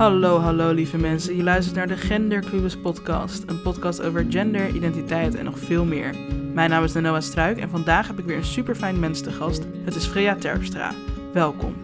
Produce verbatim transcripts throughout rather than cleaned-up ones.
Hallo, hallo lieve mensen. Je luistert naar de Genderclubus podcast. Een podcast over gender, identiteit en nog veel meer. Mijn naam is Noah Struik en vandaag heb ik weer een super fijn mens te gast. Het is Freya Terpstra. Welkom.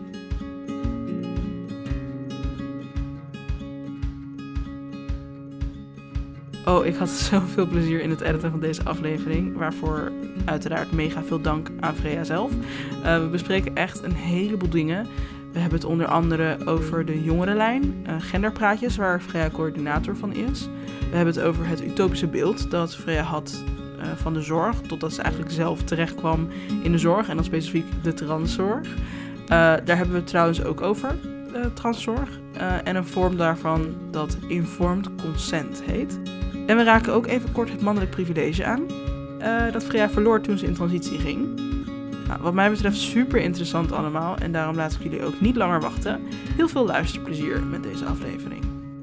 Oh, ik had zoveel plezier in het editen van deze aflevering, waarvoor uiteraard mega veel dank aan Freya zelf. Uh, we bespreken echt een heleboel dingen. We hebben het onder andere over de jongerenlijn, uh, genderpraatjes, waar Freya coördinator van is. We hebben het over het utopische beeld dat Freya had uh, van de zorg, totdat ze eigenlijk zelf terecht kwam in de zorg en dan specifiek de transzorg. Uh, daar hebben we het trouwens ook over, uh, transzorg, uh, en een vorm daarvan dat informed consent heet. En we raken ook even kort het mannelijk privilege aan, uh, dat Freya verloor toen ze in transitie ging. Nou, wat mij betreft super interessant allemaal en daarom laat ik jullie ook niet langer wachten. Heel veel luisterplezier met deze aflevering.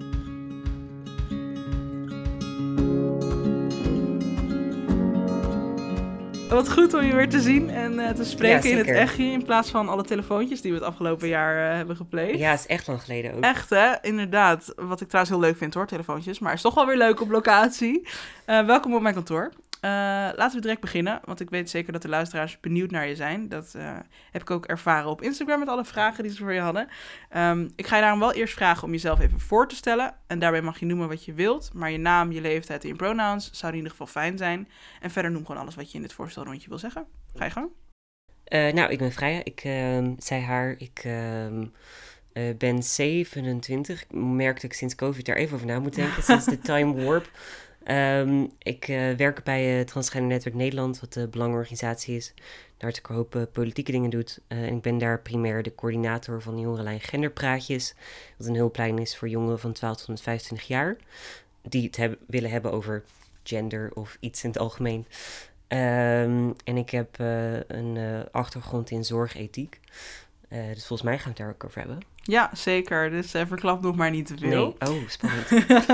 Wat goed om je weer te zien en uh, te spreken ja, in het echtje in plaats van alle telefoontjes die we het afgelopen jaar uh, hebben gepleegd. Ja, het is echt lang geleden ook. Echt hè, inderdaad. Wat ik trouwens heel leuk vind hoor, telefoontjes. Maar het is toch wel weer leuk op locatie. Uh, welkom op mijn kantoor. Uh, laten we direct beginnen, want ik weet zeker dat de luisteraars benieuwd naar je zijn. Dat uh, heb ik ook ervaren op Instagram met alle vragen die ze voor je hadden. Um, ik ga je daarom wel eerst vragen om jezelf even voor te stellen. En daarbij mag je noemen wat je wilt, maar je naam, je leeftijd en je pronouns zouden in ieder geval fijn zijn. En verder noem gewoon alles wat je in dit voorstelrondje wil zeggen. Ga je gang. Uh, nou, ik ben Freya. Ik uh, zei haar, ik uh, uh, ben zevenentwintig. Ik merk dat ik sinds COVID daar even over na moet denken, sinds de time warp. Um, ik uh, werk bij uh, Transgender Netwerk Nederland, wat de belangenorganisatie is. Daar ik hoop uh, politieke dingen doet. Uh, en ik ben daar primair de coördinator van de jongerenlijn Genderpraatjes. Wat een hulplijn is voor jongeren van twaalf tot vijfentwintig jaar. Die het heb, willen hebben over gender of iets in het algemeen. Um, en ik heb uh, een uh, achtergrond in zorgethiek. Uh, dus volgens mij gaan we het daar ook over hebben. Ja, zeker. Dus uh, verklap nog maar niet te veel. Nee, oh, spannend.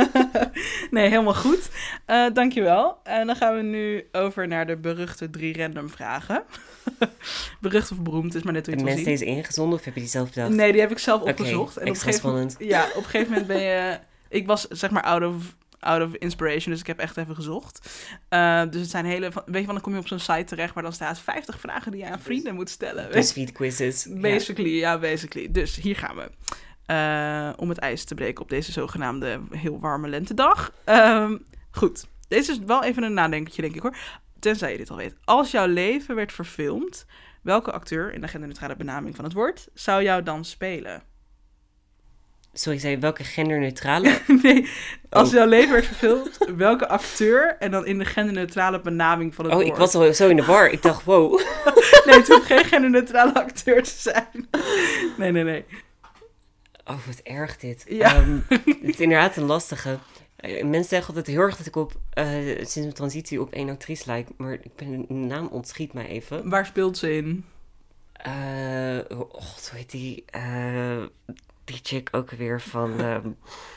Nee, helemaal goed. Uh, dankjewel. En dan gaan we nu over naar de beruchte drie random vragen. Berucht of beroemd, is maar net hoe je het wil zien. Hebben mensen deze ingezonden of heb je die zelf bedacht? Nee, die heb ik zelf opgezocht. Oké, en extra spannend. Ja, op een gegeven moment ben je... Ik was zeg maar out of... out of inspiration, dus ik heb echt even gezocht. Uh, dus het zijn hele... Weet je, van dan kom je op zo'n site terecht waar dan staat vijftig vragen die je aan vrienden moet stellen. BuzzFeed quizzes. Basically, ja. ja, basically. Dus hier gaan we. Uh, om het ijs te breken op deze zogenaamde heel warme lentedag. Uh, goed, deze is wel even een nadenkertje, denk ik hoor. Tenzij je dit al weet. Als jouw leven werd verfilmd, welke acteur, in de genderneutrale benaming van het woord, zou jou dan spelen? Sorry, zei je welke genderneutrale? Nee, als oh. jouw leven werd verfilmd, welke acteur en dan in de genderneutrale benaming van het oh, woord. Oh, ik was al zo in de war. Ik dacht, wow. Nee, het hoeft geen genderneutrale acteur te zijn. Nee, nee, nee. Oh, wat erg dit. Ja. Um, het is inderdaad een lastige. Uh, mensen zeggen altijd heel erg dat ik op, uh, sinds mijn transitie op één actrice lijk. Maar ik ben, de naam ontschiet mij even. Waar speelt ze in? Uh, oh, hoe heet die... Uh, die chick ook weer van... Um,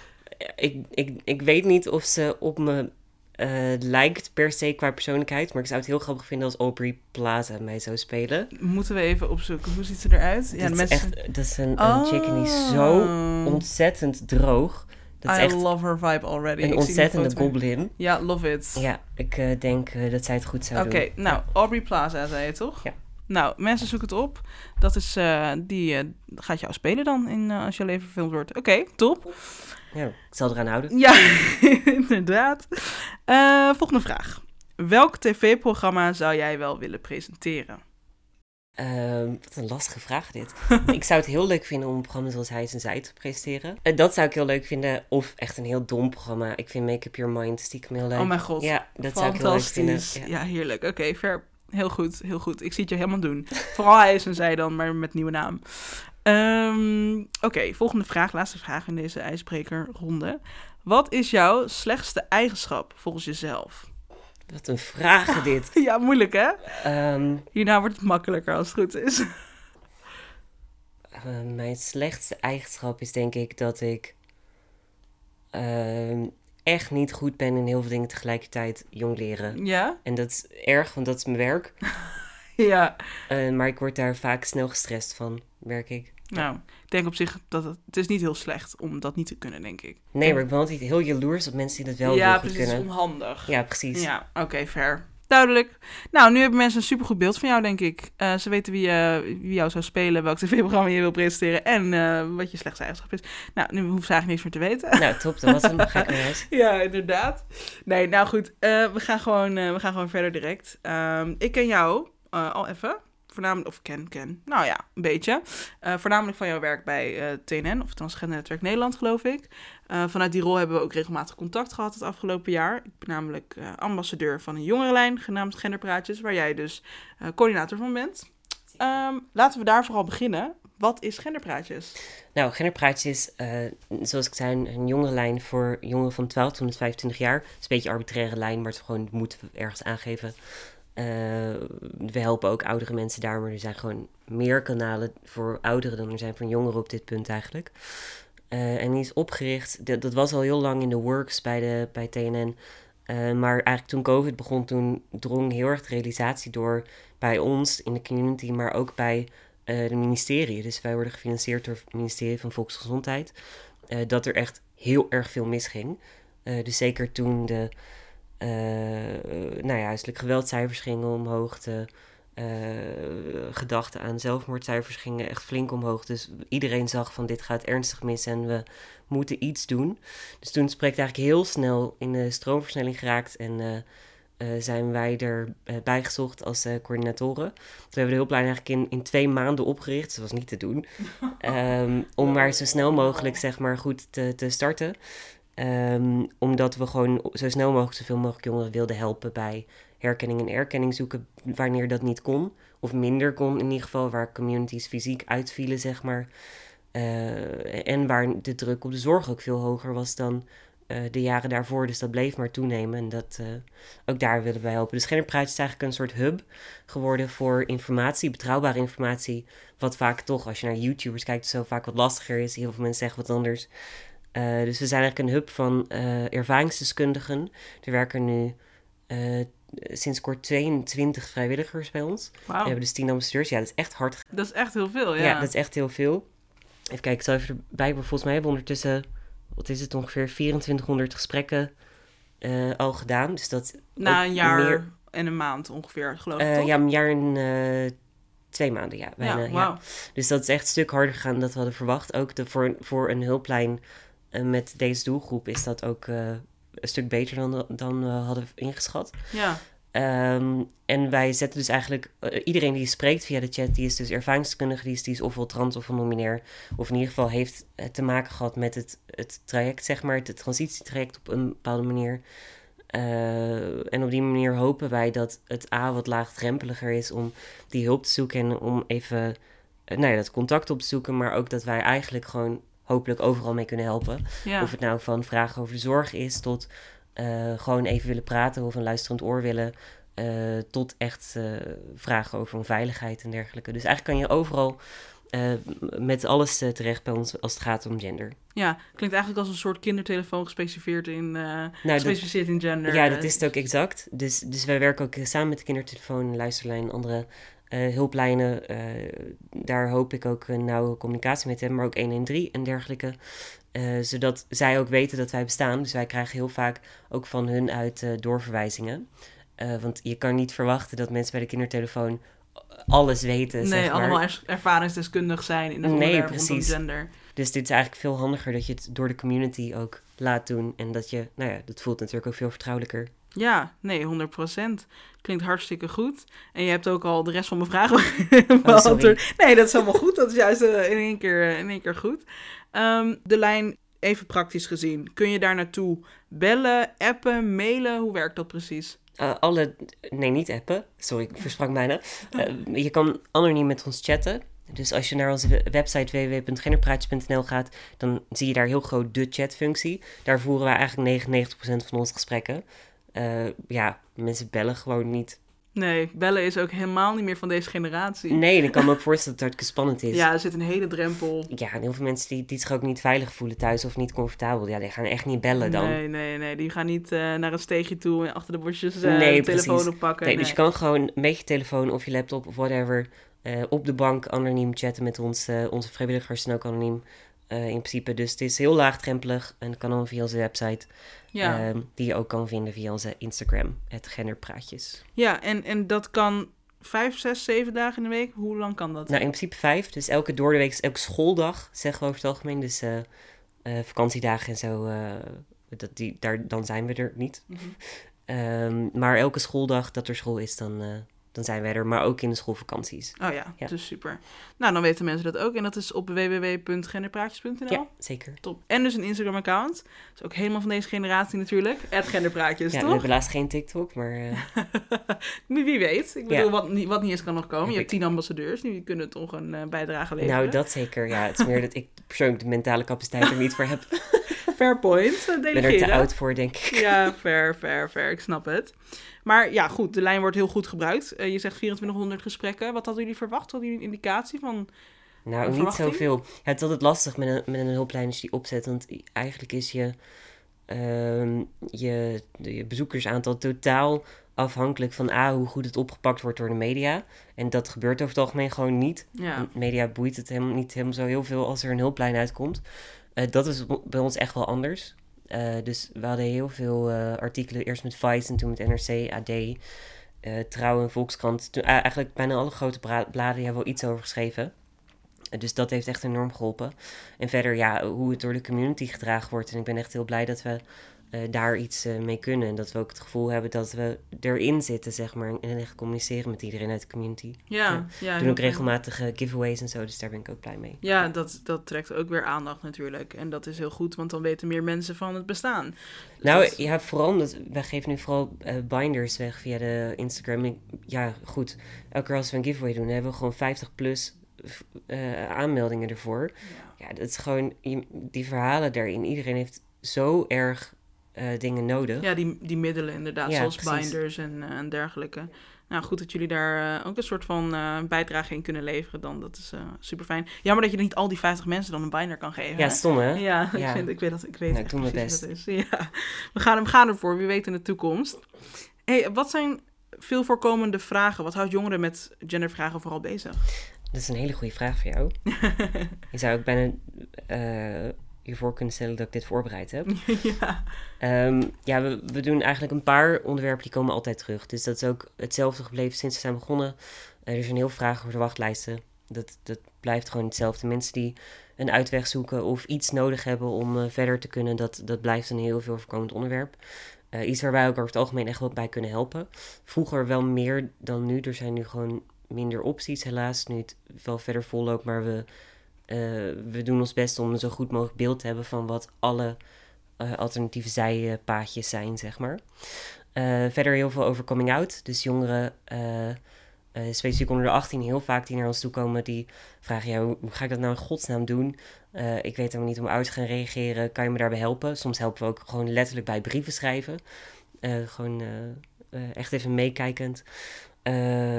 ik, ik, ik weet niet of ze op me uh, lijkt per se qua persoonlijkheid. Maar ik zou het heel grappig vinden als Aubrey Plaza mij zou spelen. Moeten we even opzoeken. Hoe ziet ze eruit? Ja, dat, de is mensen... echt, dat is een, oh. een chick en die is zo ontzettend droog. Dat I is echt love her vibe already. Een ik ontzettende goblin. Ja, love it. Ja, ik uh, denk uh, dat zij het goed zou okay, doen. Oké, nou, Aubrey Plaza zei je toch? Ja. Nou, mensen zoeken het op. Dat is, uh, die uh, gaat jou spelen dan in, uh, als je leven verfilmd wordt. Oké, okay, top. Ja, ik zal eraan houden. Ja, inderdaad. Uh, volgende vraag. Welk tv-programma zou jij wel willen presenteren? Uh, wat een lastige vraag dit. Ik zou het heel leuk vinden om een programma zoals Hij is en Zij te presenteren. Uh, dat zou ik heel leuk vinden. Of echt een heel dom programma. Ik vind Make Up Your Mind stiekem heel leuk. Oh mijn god. Ja, dat zou ik heel leuk vinden. Ja, ja heerlijk. Oké, okay, fair. Heel goed, heel goed. Ik zie het je helemaal doen. Vooral Hij is en Zij dan, maar met nieuwe naam. Um, Oké, okay, volgende vraag. Laatste vraag in deze ijsbrekerronde. Wat is jouw slechtste eigenschap volgens jezelf? Wat een vraag dit. Ja, moeilijk hè? Um, Hierna wordt het makkelijker als het goed is. Uh, mijn slechtste eigenschap is denk ik dat ik uh, echt niet goed ben in heel veel dingen tegelijkertijd jong leren. Ja? En dat is erg, want dat is mijn werk. Ja. Uh, maar ik word daar vaak snel gestrest van, merk ik. Nou, ik denk op zich dat het... Het is niet heel slecht om dat niet te kunnen, denk ik. Nee, maar ik ben altijd heel jaloers op mensen die dat wel ja, heel goed precies, kunnen. Ja, precies. Onhandig. Ja, precies. Ja, oké, okay, fair. Duidelijk. Nou, nu hebben mensen een supergoed beeld van jou, denk ik. Uh, ze weten wie, uh, wie jou zou spelen, welk tv-programma je wil presenteren en uh, wat je slechtste eigenschap is. Nou, nu hoeven ze eigenlijk niks meer te weten. Nou, top. Dat was hem. Ga ik naar huis. Ja, inderdaad. Nee, nou goed. Uh, we, gaan gewoon, uh, we gaan gewoon verder direct. Um, ik ken jou uh, al even. Voornamelijk, of ken, ken. Nou ja, een beetje. Uh, voornamelijk van jouw werk bij uh, T N N, of Transgender Netwerk Nederland, geloof ik. Uh, vanuit die rol hebben we ook regelmatig contact gehad het afgelopen jaar. Ik ben namelijk uh, ambassadeur van een jongerenlijn genaamd Genderpraatjes, waar jij dus uh, coördinator van bent. Um, laten we daar vooral beginnen. Wat is Genderpraatjes? Nou, Genderpraatjes, uh, zoals ik zei, een jongerenlijn voor jongeren van twaalf tot vijfentwintig jaar. Het is een beetje een arbitraire lijn, maar het gewoon moeten we ergens aangeven. Uh, we helpen ook oudere mensen daar, maar er zijn gewoon meer kanalen voor ouderen dan er zijn voor jongeren op dit punt eigenlijk. Uh, en die is opgericht, dat, dat was al heel lang in de works bij, de, bij T N N. Uh, maar eigenlijk toen COVID begon, toen drong heel erg de realisatie door bij ons in de community, maar ook bij uh, de ministerie. Dus wij worden gefinancierd door het ministerie van Volksgezondheid. Uh, dat er echt heel erg veel misging. Uh, dus zeker toen de Uh, nou ja, huiselijk geweldcijfers gingen omhoog, de uh, gedachten aan zelfmoordcijfers gingen echt flink omhoog. Dus iedereen zag van dit gaat ernstig mis en we moeten iets doen. Dus toen spreekt eigenlijk heel snel in de stroomversnelling geraakt en uh, uh, zijn wij erbij uh, gezocht als uh, coördinatoren. Toen hebben we de hulplijn eigenlijk in, in twee maanden opgericht, dat was niet te doen, um, om maar zo snel mogelijk zeg maar goed te, te starten. Um, omdat we gewoon zo snel mogelijk zoveel mogelijk jongeren wilden helpen bij herkenning en erkenning zoeken wanneer dat niet kon. Of minder kon in ieder geval, waar communities fysiek uitvielen, zeg maar. Uh, en waar de druk op de zorg ook veel hoger was dan uh, de jaren daarvoor. Dus dat bleef maar toenemen en dat, uh, ook daar willen wij helpen. Dus Genderpraatjes is eigenlijk een soort hub geworden voor informatie, betrouwbare informatie. Wat vaak toch, als je naar YouTubers kijkt, zo vaak wat lastiger is. Heel veel mensen zeggen wat anders. Uh, dus we zijn eigenlijk een hub van uh, ervaringsdeskundigen. Er werken nu uh, sinds kort tweeëntwintig vrijwilligers bij ons. Wow. We hebben dus tien ambassadeurs. Ja, dat is echt hard. Dat is echt heel veel, ja. Ja, dat is echt heel veel. Even kijken, ik zal even erbij. Volgens mij hebben we ondertussen, wat is het, ongeveer vierentwintighonderd gesprekken uh, al gedaan. Dus dat Na een jaar meer... en een maand ongeveer, geloof ik, uh, toch? Ja, een jaar en uh, twee maanden, ja. Bijna, ja, wow. ja. Dus dat is echt een stuk harder gegaan dan we hadden verwacht. Ook de, voor, voor een hulplijn met deze doelgroep is dat ook uh, een stuk beter dan, dan we hadden ingeschat. Ja. Um, en wij zetten dus eigenlijk... Uh, iedereen die spreekt via de chat, die is dus ervaringsdeskundige, die is, die is ofwel trans of non-binair. Of in ieder geval heeft uh, te maken gehad met het, het traject, zeg maar. Het transitietraject op een bepaalde manier. Uh, en op die manier hopen wij dat het A wat laagdrempeliger is om die hulp te zoeken en om even uh, nou ja, dat contact op te zoeken. Maar ook dat wij eigenlijk gewoon hopelijk overal mee kunnen helpen. Ja. Of het nou van vragen over de zorg is, tot uh, gewoon even willen praten of een luisterend oor willen, uh, tot echt uh, vragen over onveiligheid en dergelijke. Dus eigenlijk kan je overal uh, met alles uh, terecht bij ons als het gaat om gender. Ja, klinkt eigenlijk als een soort kindertelefoon gespecificeerd in, uh, nou, gespecialiseerd in gender. Ja, dat is het ook exact. Dus, dus wij werken ook samen met de kindertelefoon, luisterlijn en andere Uh, hulplijnen, uh, daar hoop ik ook een nauwe communicatie mee te hebben, maar ook honderddertien en dergelijke. Uh, zodat zij ook weten dat wij bestaan. Dus wij krijgen heel vaak ook van hun uit uh, doorverwijzingen. Uh, want je kan niet verwachten dat mensen bij de kindertelefoon alles weten. Nee, zeg maar. allemaal er- ervaringsdeskundig zijn in het nee, onderwerp precies. rondom gender. Dus dit is eigenlijk veel handiger dat je het door de community ook laat doen. En dat je, nou ja, dat voelt natuurlijk ook veel vertrouwelijker. Ja, nee, honderd procent. Klinkt hartstikke goed. En je hebt ook al de rest van mijn vragen Oh, beantwoord. Nee, dat is allemaal goed. Dat is juist uh, in één keer, uh, in één keer goed. Um, de lijn, even praktisch gezien. Kun je daar naartoe bellen, appen, mailen? Hoe werkt dat precies? Uh, alle, nee, niet appen. Sorry, ik versprak bijna. Uh, je kan anoniem met ons chatten. Dus als je naar onze website w w w punt genderpraatjes punt n l gaat, dan zie je daar heel groot de chatfunctie. Daar voeren wij eigenlijk negenennegentig procent van onze gesprekken. Uh, ja, mensen bellen gewoon niet. Nee, bellen is ook helemaal niet meer van deze generatie. Nee, en ik kan me ook voorstellen dat het hartstikke spannend is. Ja, er zit een hele drempel. Ja, en heel veel mensen die, die zich ook niet veilig voelen thuis of niet comfortabel. Ja, die gaan echt niet bellen dan. Nee, nee, nee. Die gaan niet uh, naar een steegje toe en achter de bosjes uh, nee, de telefoon precies. oppakken. Nee, Nee, dus je kan gewoon met je telefoon of je laptop of whatever uh, op de bank anoniem chatten met ons. Uh, onze vrijwilligers zijn ook anoniem uh, in principe. Dus het is heel laagdrempelig en kan dan via onze website. Ja. Uh, die je ook kan vinden via onze Instagram, het Genderpraatjes. Ja, en, en dat kan vijf, zes, zeven dagen in de week. Hoe lang kan dat? Nou, in principe vijf. Dus elke door de week, elke schooldag, zeggen we over het algemeen. Dus uh, uh, vakantiedagen en zo, uh, dat die, daar, dan zijn we er niet. Mm-hmm. Um, maar elke schooldag dat er school is, dan, uh, dan zijn wij er. Maar ook in de schoolvakanties. Oh ja, ja, dus super. Nou, dan weten mensen dat ook. En dat is op w w w punt genderpraatjes punt n l. Ja, zeker. Top. En dus een Instagram-account. Dat is ook helemaal van deze generatie natuurlijk. Het genderpraatjes, ja, toch? we hebben helaas geen TikTok, maar... Uh... Wie weet. Ik bedoel, ja. wat, wat niet eens kan nog komen. Je hebt tien ambassadeurs, die kunnen toch een uh, bijdrage leveren. Nou, dat zeker. Ja, het is meer dat ik persoonlijk de mentale capaciteit er niet voor heb. Fair point. Ik ben er te oud voor, denk ik. Ja, fair, fair, fair. Ik snap het. Maar ja, goed. De lijn wordt heel goed gebruikt. Uh, je zegt vierentwintighonderd gesprekken. Wat hadden jullie verwacht? Hadden jullie een indicatie van... Nou, niet zoveel. Ja, het is altijd lastig met een, met een hulplijn als je die opzet. Want eigenlijk is je, uh, je, je bezoekersaantal totaal afhankelijk van A, hoe goed het opgepakt wordt door de media. En dat gebeurt over het algemeen gewoon niet. Ja. Media boeit het helemaal niet helemaal zo heel veel als er een hulplijn uitkomt. Uh, dat is bij ons echt wel anders. Uh, dus we hadden heel veel uh, artikelen, eerst met Vice en toen met N R C, A D, uh, Trouw en Volkskrant. Toen, uh, eigenlijk bijna alle grote bra- bladen hebben wel iets over geschreven. Uh, dus dat heeft echt enorm geholpen. En verder, ja, hoe het door de community gedragen wordt. En ik ben echt heel blij dat we uh, daar iets uh, mee kunnen. En dat we ook het gevoel hebben dat we erin zitten, zeg maar. En echt communiceren met iedereen uit de community. Ja, ja. ja. Doen ook regelmatig uh, giveaways en zo, dus daar ben ik ook blij mee. Ja, ja. Dat, dat trekt ook weer aandacht natuurlijk. En dat is heel goed, want dan weten meer mensen van het bestaan. Dus nou, dat... ja, vooral omdat wij geven nu vooral uh, binders weg via de Instagram. Ik, ja, goed. Elke keer als we een giveaway doen, hebben we gewoon vijftig plus uh, aanmeldingen ervoor. Ja. ja, dat is gewoon, die verhalen daarin. Iedereen heeft zo erg uh, dingen nodig. Ja, die, die middelen inderdaad, ja, zoals precies. Binders en, uh, en dergelijke. Nou, goed dat jullie daar uh, ook een soort van uh, bijdrage in kunnen leveren dan. Dat is uh, super fijn. Jammer dat je niet al die vijftig mensen dan een binder kan geven. Ja, stom hè? Ja, ja. Ik, vind, ik weet dat. Ik weet nou, ik doe mijn best. Dat is. Ja. We, gaan, we gaan ervoor, wie weet in de toekomst. Hey, wat zijn veel voorkomende vragen? Wat houdt jongeren met gendervragen vooral bezig? Dat is een hele goede vraag voor jou. Je zou ook bijna uh, je voor kunnen stellen dat ik dit voorbereid heb. ja, um, ja we, we doen eigenlijk een paar onderwerpen die komen altijd terug. Dus dat is ook hetzelfde gebleven sinds we zijn begonnen. Uh, er zijn heel veel vragen over de wachtlijsten. Dat, dat blijft gewoon hetzelfde. Mensen die een uitweg zoeken of iets nodig hebben om uh, verder te kunnen, dat, dat blijft een heel veel voorkomend onderwerp. Uh, iets waar wij ook over het algemeen echt wel bij kunnen helpen. Vroeger wel meer dan nu. Er zijn nu gewoon minder opties helaas, nu het wel verder volloopt, maar we, uh, we doen ons best om een zo goed mogelijk beeld te hebben van wat alle uh, alternatieve zijpaadjes zijn, zeg maar. Uh, verder heel veel over coming out, dus jongeren, uh, uh, specifiek onder de achttien, heel vaak die naar ons toe komen, die vragen, ja, hoe, hoe ga ik dat nou in godsnaam doen? Uh, ik weet helemaal niet hoe uit te gaan reageren, kan je me daarbij helpen? Soms helpen we ook gewoon letterlijk bij brieven schrijven, uh, gewoon uh, uh, echt even meekijkend. Uh,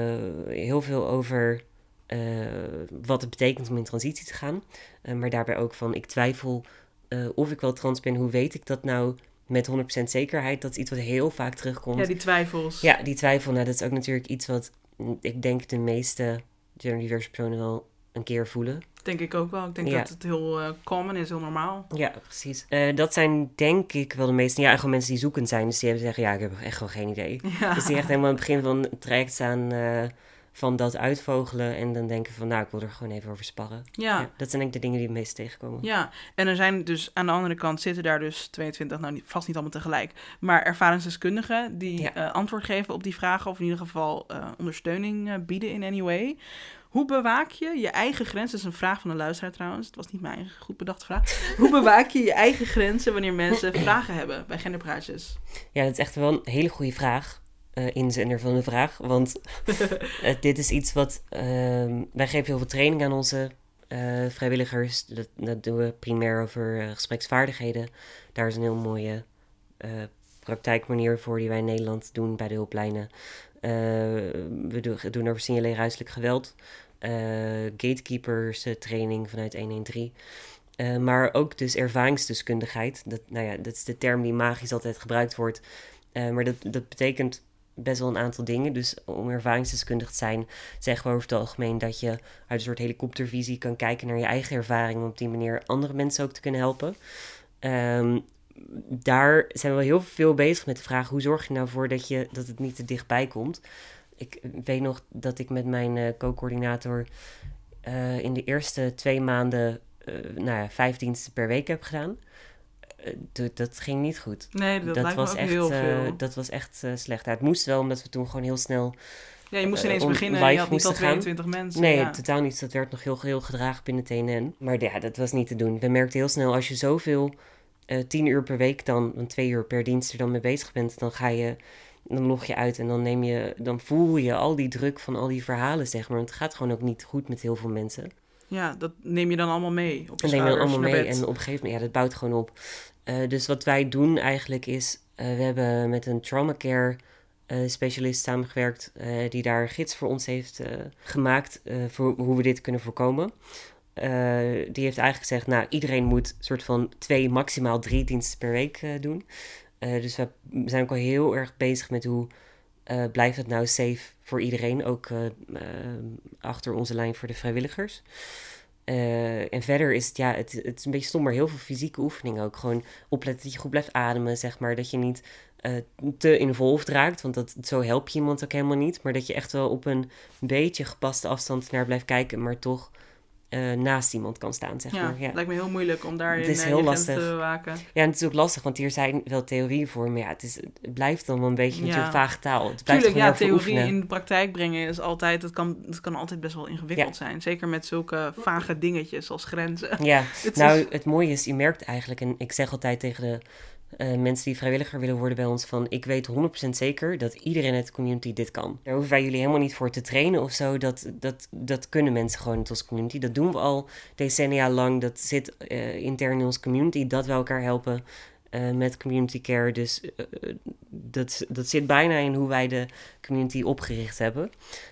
heel veel over uh, wat het betekent om in transitie te gaan. Uh, maar daarbij ook van, ik twijfel uh, of ik wel trans ben. Hoe weet ik dat nou met honderd procent zekerheid? Dat is iets wat heel vaak terugkomt. Ja, die twijfels. Ja, die twijfel. Nou, dat is ook natuurlijk iets wat ik denk de meeste genderdiverse personen wel een keer voelen. Denk ik ook wel. Ik denk ja. dat het heel uh, common is, heel normaal. Ja, precies. Uh, dat zijn denk ik wel de meeste... Ja, gewoon mensen die zoekend zijn. Dus die hebben zeggen, ja, ik heb echt gewoon geen idee. Ja. Dus die echt helemaal aan het begin van het traject staan... Uh, van dat uitvogelen en dan denken van... nou, ik wil er gewoon even over sparren. Ja. Ja, dat zijn denk ik de dingen die het meest tegenkomen. Ja, en er zijn dus aan de andere kant... zitten daar dus tweeëntwintig, nou vast niet allemaal tegelijk... maar ervaringsdeskundigen die ja. uh, antwoord geven op die vragen... of in ieder geval uh, ondersteuning uh, bieden in any way... Hoe bewaak je je eigen grenzen? Dat is een vraag van een luisteraar trouwens. Het was niet mijn eigen goed bedachte vraag. Hoe bewaak je je eigen grenzen wanneer mensen vragen hebben bij genderpraatjes? Ja, dat is echt wel een hele goede vraag. Uh, inzender van de vraag. Want uh, dit is iets wat... Uh, wij geven heel veel training aan onze uh, vrijwilligers. Dat, dat doen we primair over uh, gespreksvaardigheden. Daar is een heel mooie... Uh, praktijkmanier voor die wij in Nederland doen bij de hulplijnen. Uh, we doen, doen over signaleren huiselijk geweld. Uh, gatekeepers uh, training vanuit honderddertien. Uh, maar ook dus ervaringsdeskundigheid. Dat, nou ja, dat is de term die magisch altijd gebruikt wordt. Uh, maar dat, dat betekent best wel een aantal dingen. Dus om ervaringsdeskundig te zijn, zeggen we over het algemeen dat je uit een soort helikoptervisie kan kijken naar je eigen ervaring, om op die manier andere mensen ook te kunnen helpen. Um, daar zijn we heel veel bezig met de vraag, hoe zorg je nou voor dat, je, dat het niet te dichtbij komt? Ik weet nog dat ik met mijn uh, co-coördinator uh, in de eerste twee maanden uh, nou ja, vijf diensten per week heb gedaan. Uh, d- dat ging niet goed. Nee, dat, dat lijkt was me ook echt, heel uh, veel. Dat was echt uh, slecht. Ja, het moest wel, omdat we toen gewoon heel snel... Ja, je moest ineens uh, beginnen en je had niet al tweeëntwintig gaan. mensen. Nee, ja. totaal niet. Dat werd nog heel, heel gedragen binnen T N N. Maar ja, dat was niet te doen. We merkten heel snel, als je zoveel... Uh, tien uur per week dan, dan twee uur per dienst er dan mee bezig bent, dan ga je, dan log je uit en dan neem je, dan voel je al die druk van al die verhalen, zeg maar. Want het gaat gewoon ook niet goed met heel veel mensen. Ja, dat neem je dan allemaal mee op je En neem je dan allemaal mee bed. en op een gegeven moment, ja, dat bouwt gewoon op. Uh, dus wat wij doen eigenlijk is, uh, we hebben met een trauma care uh, specialist samengewerkt, uh, die daar een gids voor ons heeft uh, gemaakt uh, voor hoe we dit kunnen voorkomen. Uh, die heeft eigenlijk gezegd, nou, iedereen moet soort van twee, maximaal drie diensten per week uh, doen. Uh, dus we zijn ook al heel erg bezig met hoe uh, blijft het nou safe voor iedereen, ook uh, uh, achter onze lijn voor de vrijwilligers. Uh, en verder is het, ja, het, het is een beetje stom, maar heel veel fysieke oefeningen ook. Gewoon opletten dat je goed blijft ademen, zeg maar, dat je niet uh, te involved raakt, want dat, zo help je iemand ook helemaal niet. Maar dat je echt wel op een beetje gepaste afstand naar blijft kijken, maar toch... Uh, naast iemand kan staan, zeg ja, maar. Ja, het lijkt me heel moeilijk om daarin het is uh, heel je lastig te bewaken. Ja, en het is ook lastig, want hier zijn wel theorieën voor, maar ja, het, is, het blijft dan wel een beetje ja. natuurlijk vage taal. Het blijft Tuurlijk, ja, theorie oefenen. in de praktijk brengen is altijd, het kan, het kan altijd best wel ingewikkeld ja. zijn. Zeker met zulke vage dingetjes als grenzen. Ja, het nou, is... het mooie is, je merkt eigenlijk, en ik zeg altijd tegen de Uh, mensen die vrijwilliger willen worden bij ons van... ik weet honderd procent zeker dat iedereen uit de community dit kan. Daar hoeven wij jullie helemaal niet voor te trainen of zo. Dat, dat, dat kunnen mensen gewoon in onze community. Dat doen we al decennia lang. Dat zit uh, intern in onze community, dat we elkaar helpen uh, met community care. Dus uh, dat, dat zit bijna in hoe wij de community opgericht hebben.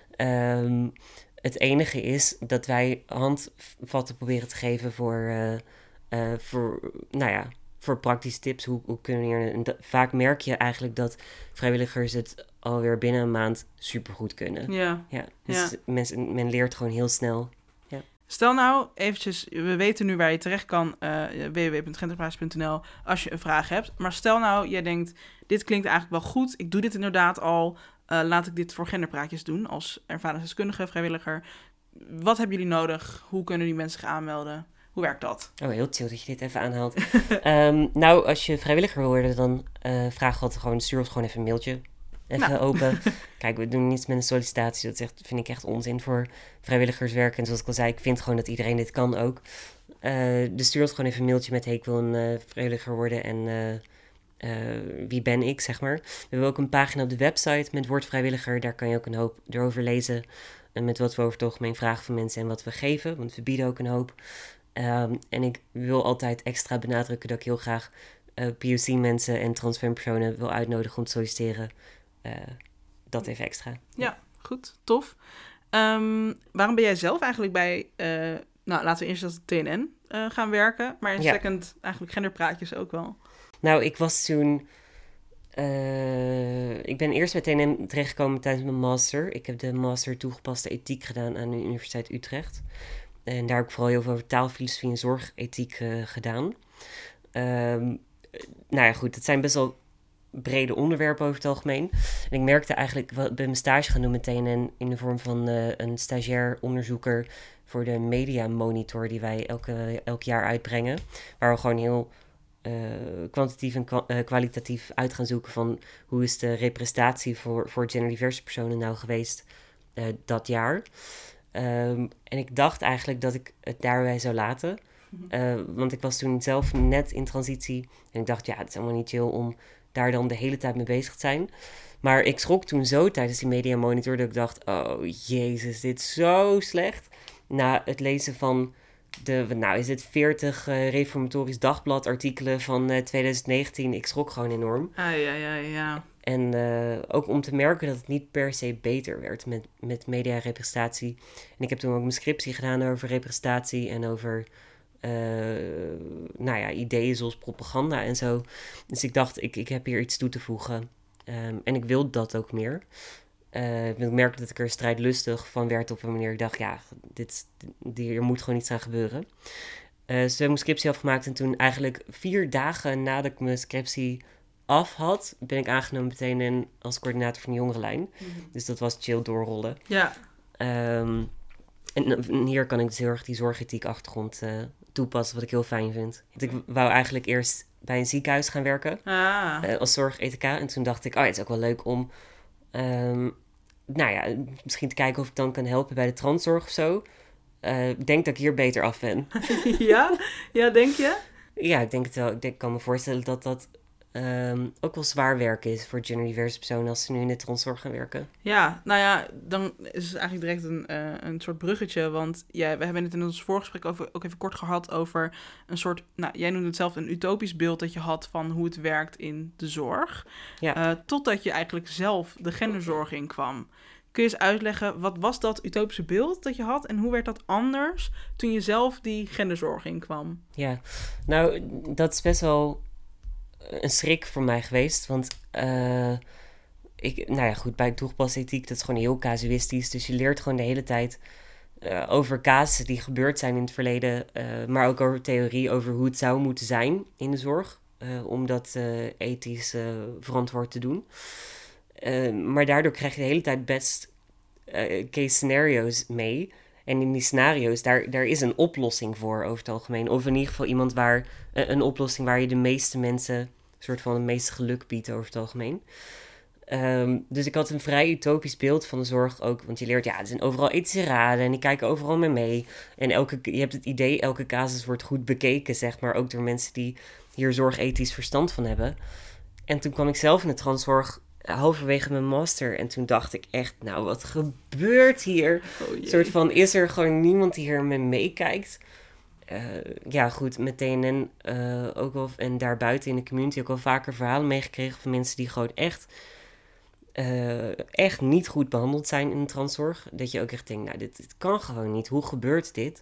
Um, het enige is dat wij handvatten proberen te geven voor... Uh, uh, voor nou ja... voor praktische tips, hoe, hoe kunnen we hier... En dat, vaak merk je eigenlijk dat vrijwilligers het alweer binnen een maand supergoed kunnen. Ja. ja dus ja. Men, men leert gewoon heel snel. Ja. Stel nou eventjes, we weten nu waar je terecht kan, uh, w w w punt genderpraatjes punt n l, als je een vraag hebt. Maar stel nou, jij denkt, dit klinkt eigenlijk wel goed, ik doe dit inderdaad al, uh, laat ik dit voor genderpraatjes doen als ervaringsdeskundige, vrijwilliger. Wat hebben jullie nodig? Hoe kunnen die mensen zich aanmelden? Hoe werkt dat? Oh, heel chill dat je dit even aanhaalt. um, nou, als je vrijwilliger wil worden, dan uh, vraag altijd gewoon, stuur ons gewoon even een mailtje. Even nou. open. Kijk, we doen niets met een sollicitatie. Dat is echt, vind ik echt onzin voor vrijwilligerswerk. En zoals ik al zei, ik vind gewoon dat iedereen dit kan ook. Uh, dus stuur ons gewoon even een mailtje met, hey, ik wil een uh, vrijwilliger worden en uh, uh, wie ben ik, zeg maar. We hebben ook een pagina op de website met Word Vrijwilliger. Daar kan je ook een hoop erover lezen. En met wat we over het algemeen vragen van mensen en wat we geven. Want we bieden ook een hoop. Um, en ik wil altijd extra benadrukken dat ik heel graag uh, P O C-mensen en transferpersonen wil uitnodigen om te solliciteren. Uh, dat even extra. Ja, goed. Tof. Um, waarom ben jij zelf eigenlijk bij, uh, nou laten we eerst als T N N uh, gaan werken, maar in ja. second eigenlijk genderpraatjes ook wel? Nou, ik was toen... Uh, ik ben eerst bij T N N terechtgekomen tijdens mijn master. Ik heb de master toegepaste ethiek gedaan aan de Universiteit Utrecht. En daar heb ik vooral heel veel over taalfilosofie en zorgethiek uh, gedaan. Um, nou ja, goed, het zijn best wel brede onderwerpen over het algemeen. En ik merkte eigenlijk, wat bij mijn stage gaan doen met T N N... in de vorm van uh, een stagiair onderzoeker voor de media monitor... die wij elke, elk jaar uitbrengen. Waar we gewoon heel uh, kwantitatief en kwa- uh, kwalitatief uit gaan zoeken... van hoe is de representatie voor, voor genderdiverse personen nou geweest uh, dat jaar... Um, en ik dacht eigenlijk dat ik het daarbij zou laten. Uh, want ik was toen zelf net in transitie. En ik dacht, ja, het is allemaal niet chill om daar dan de hele tijd mee bezig te zijn. Maar ik schrok toen zo tijdens die media monitor dat ik dacht... oh, jezus, dit is zo slecht. Na het lezen van de, nou is het veertig uh, Reformatorisch Dagblad artikelen van uh, twintig negentien. Ik schrok gewoon enorm. Ah, ja, ja, ja. En uh, ook om te merken dat het niet per se beter werd met, met mediarepresentatie. En ik heb toen ook mijn scriptie gedaan over representatie en over uh, nou ja, ideeën zoals propaganda en zo. Dus ik dacht, ik, ik heb hier iets toe te voegen. Um, en ik wilde dat ook meer. Uh, ik merkte dat ik er strijdlustig van werd op een manier. Ik dacht, ja, dit, dit, hier moet gewoon iets aan gebeuren. Uh, dus we hebben mijn scriptie afgemaakt en toen eigenlijk vier dagen nadat ik mijn scriptie af had, ben ik aangenomen meteen in, als coördinator van de jongerenlijn. Mm-hmm. Dus dat was chill doorrollen. Ja. Um, en, en hier kan ik dus heel erg die zorgethiek achtergrond uh, toepassen, wat ik heel fijn vind. Want ik wou eigenlijk eerst bij een ziekenhuis gaan werken. Ah. Uh, als zorg-E T K. En toen dacht ik, oh, het is ook wel leuk om Um, nou ja, misschien te kijken of ik dan kan helpen bij de transzorg of zo. Uh, ik denk dat ik hier beter af ben. ja? Ja, denk je? Ja, ik denk het wel. Ik denk, kan me voorstellen dat dat um, ook wel zwaar werk is voor genderdiverse personen als ze nu in de transzorg gaan werken. Ja, nou ja, dan is het eigenlijk direct een, uh, een soort bruggetje. Want ja, we hebben het in ons voorgesprek over, ook even kort gehad over een soort, nou, jij noemde het zelf een utopisch beeld dat je had van hoe het werkt in de zorg. Ja. Uh, totdat je eigenlijk zelf de genderzorg in kwam. Kun je eens uitleggen, wat was dat utopische beeld dat je had en hoe werd dat anders toen je zelf die genderzorg in kwam? Ja, nou, dat is best wel een schrik voor mij geweest, want uh, ik, nou ja, goed, bij toegepaste ethiek, dat is gewoon heel casuïstisch, dus je leert gewoon de hele tijd uh, over casussen die gebeurd zijn in het verleden, uh, maar ook over theorie over hoe het zou moeten zijn in de zorg, uh, om dat uh, ethisch uh, verantwoord te doen. Uh, maar daardoor krijg je de hele tijd best uh, case scenario's mee. En in die scenario's, daar, daar is een oplossing voor over het algemeen. Of in ieder geval iemand waar, uh, een oplossing waar je de meeste mensen een soort van het meeste geluk biedt over het algemeen. Um, dus ik had een vrij utopisch beeld van de zorg ook. Want je leert, ja, er zijn overal ethische raden en die kijken overal mee mee. En elke, je hebt het idee, elke casus wordt goed bekeken, zeg maar. Ook door mensen die hier zorgethisch verstand van hebben. En toen kwam ik zelf in de transzorg halverwege mijn master. En toen dacht ik echt, nou, wat gebeurt hier? Oh, een soort van, is er gewoon niemand die hier mee meekijkt? Uh, ja, goed, meteen en uh, ook wel, en daarbuiten in de community ook wel vaker verhalen meegekregen van mensen die gewoon echt, uh, echt niet goed behandeld zijn in de transzorg. Dat je ook echt denkt, nou, dit, dit kan gewoon niet. Hoe gebeurt dit?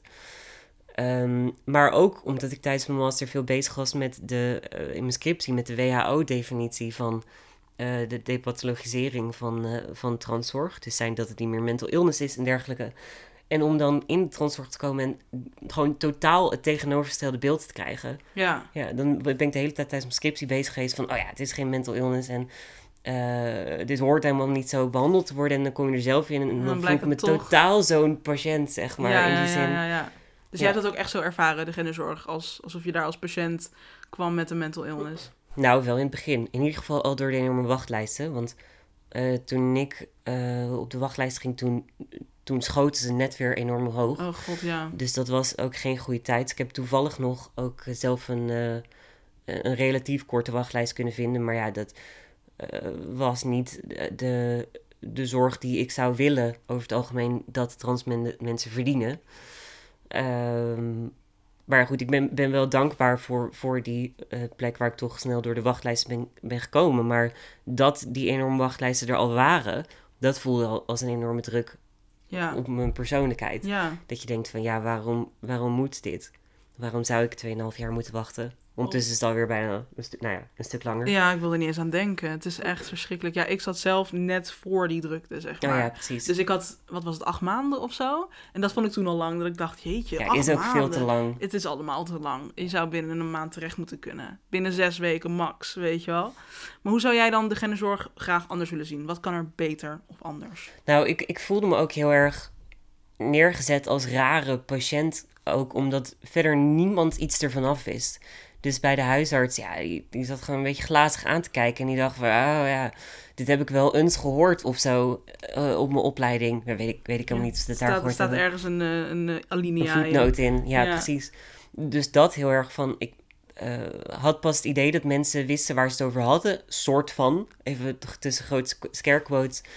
Um, maar ook omdat ik tijdens mijn master veel bezig was met de, uh, in mijn scriptie met de W H O-definitie van Uh, de depathologisering van, uh, van transzorg. Dus zijn dat het niet meer mental illness is en dergelijke. En om dan in de transzorg te komen en gewoon totaal het tegenovergestelde beeld te krijgen. Ja. Ja, dan ben ik de hele tijd tijdens mijn scriptie bezig geweest van, oh ja, het is geen mental illness en uh, dit hoort helemaal niet zo behandeld te worden. En dan kom je er zelf in en dan, dan voel ik me toch totaal zo'n patiënt, zeg maar, ja, in die ja, zin. Ja, ja, ja. Dus ja. Jij had dat ook echt zo ervaren, de genderzorg, als, alsof je daar als patiënt kwam met een mental illness? Nou, wel in het begin. In ieder geval al door de enorme wachtlijsten. Want uh, toen ik uh, op de wachtlijst ging, toen, toen schoten ze net weer enorm hoog. Oh god, ja. Dus dat was ook geen goede tijd. Ik heb toevallig nog ook zelf een, uh, een relatief korte wachtlijst kunnen vinden. Maar ja, dat uh, was niet de, de zorg die ik zou willen over het algemeen dat trans men, mensen verdienen. Um, Maar goed, ik ben, ben wel dankbaar voor, voor die uh, plek waar ik toch snel door de wachtlijst ben, ben gekomen. Maar dat die enorme wachtlijsten er al waren, dat voelde al als een enorme druk ja. op mijn persoonlijkheid. Ja. Dat je denkt van, ja, waarom, waarom moet dit? Waarom zou ik tweeënhalf jaar moeten wachten? Ondertussen is het alweer bijna een, stu- nou ja, een stuk langer. Ja, ik wil er niet eens aan denken. Het is echt verschrikkelijk. Ja, ik zat zelf net voor die drukte, zeg maar. Oh ja, precies. Dus ik had, wat was het, acht maanden of zo? En dat vond ik toen al lang, dat ik dacht, jeetje, ja, acht is ook maanden. veel te lang. Het is allemaal te lang. Je zou binnen een maand terecht moeten kunnen. Binnen zes weken max, weet je wel. Maar hoe zou jij dan de genderzorg graag anders willen zien? Wat kan er beter of anders? Nou, ik, ik voelde me ook heel erg neergezet als rare patiënt. Ook omdat verder niemand iets ervan af wist. Dus bij de huisarts, ja, die, die zat gewoon een beetje glazig aan te kijken. En die dacht van, oh ja, dit heb ik wel eens gehoord of zo uh, op mijn opleiding. Dat weet ik, weet ik helemaal niet of dat staat, daar gehoord staat hebben. ergens een, een, een alinea Een voetnoot in, in. Ja, ja, precies. Dus dat heel erg van, ik uh, had pas het idee dat mensen wisten waar ze het over hadden. Soort van, even tussen grote scarequotes.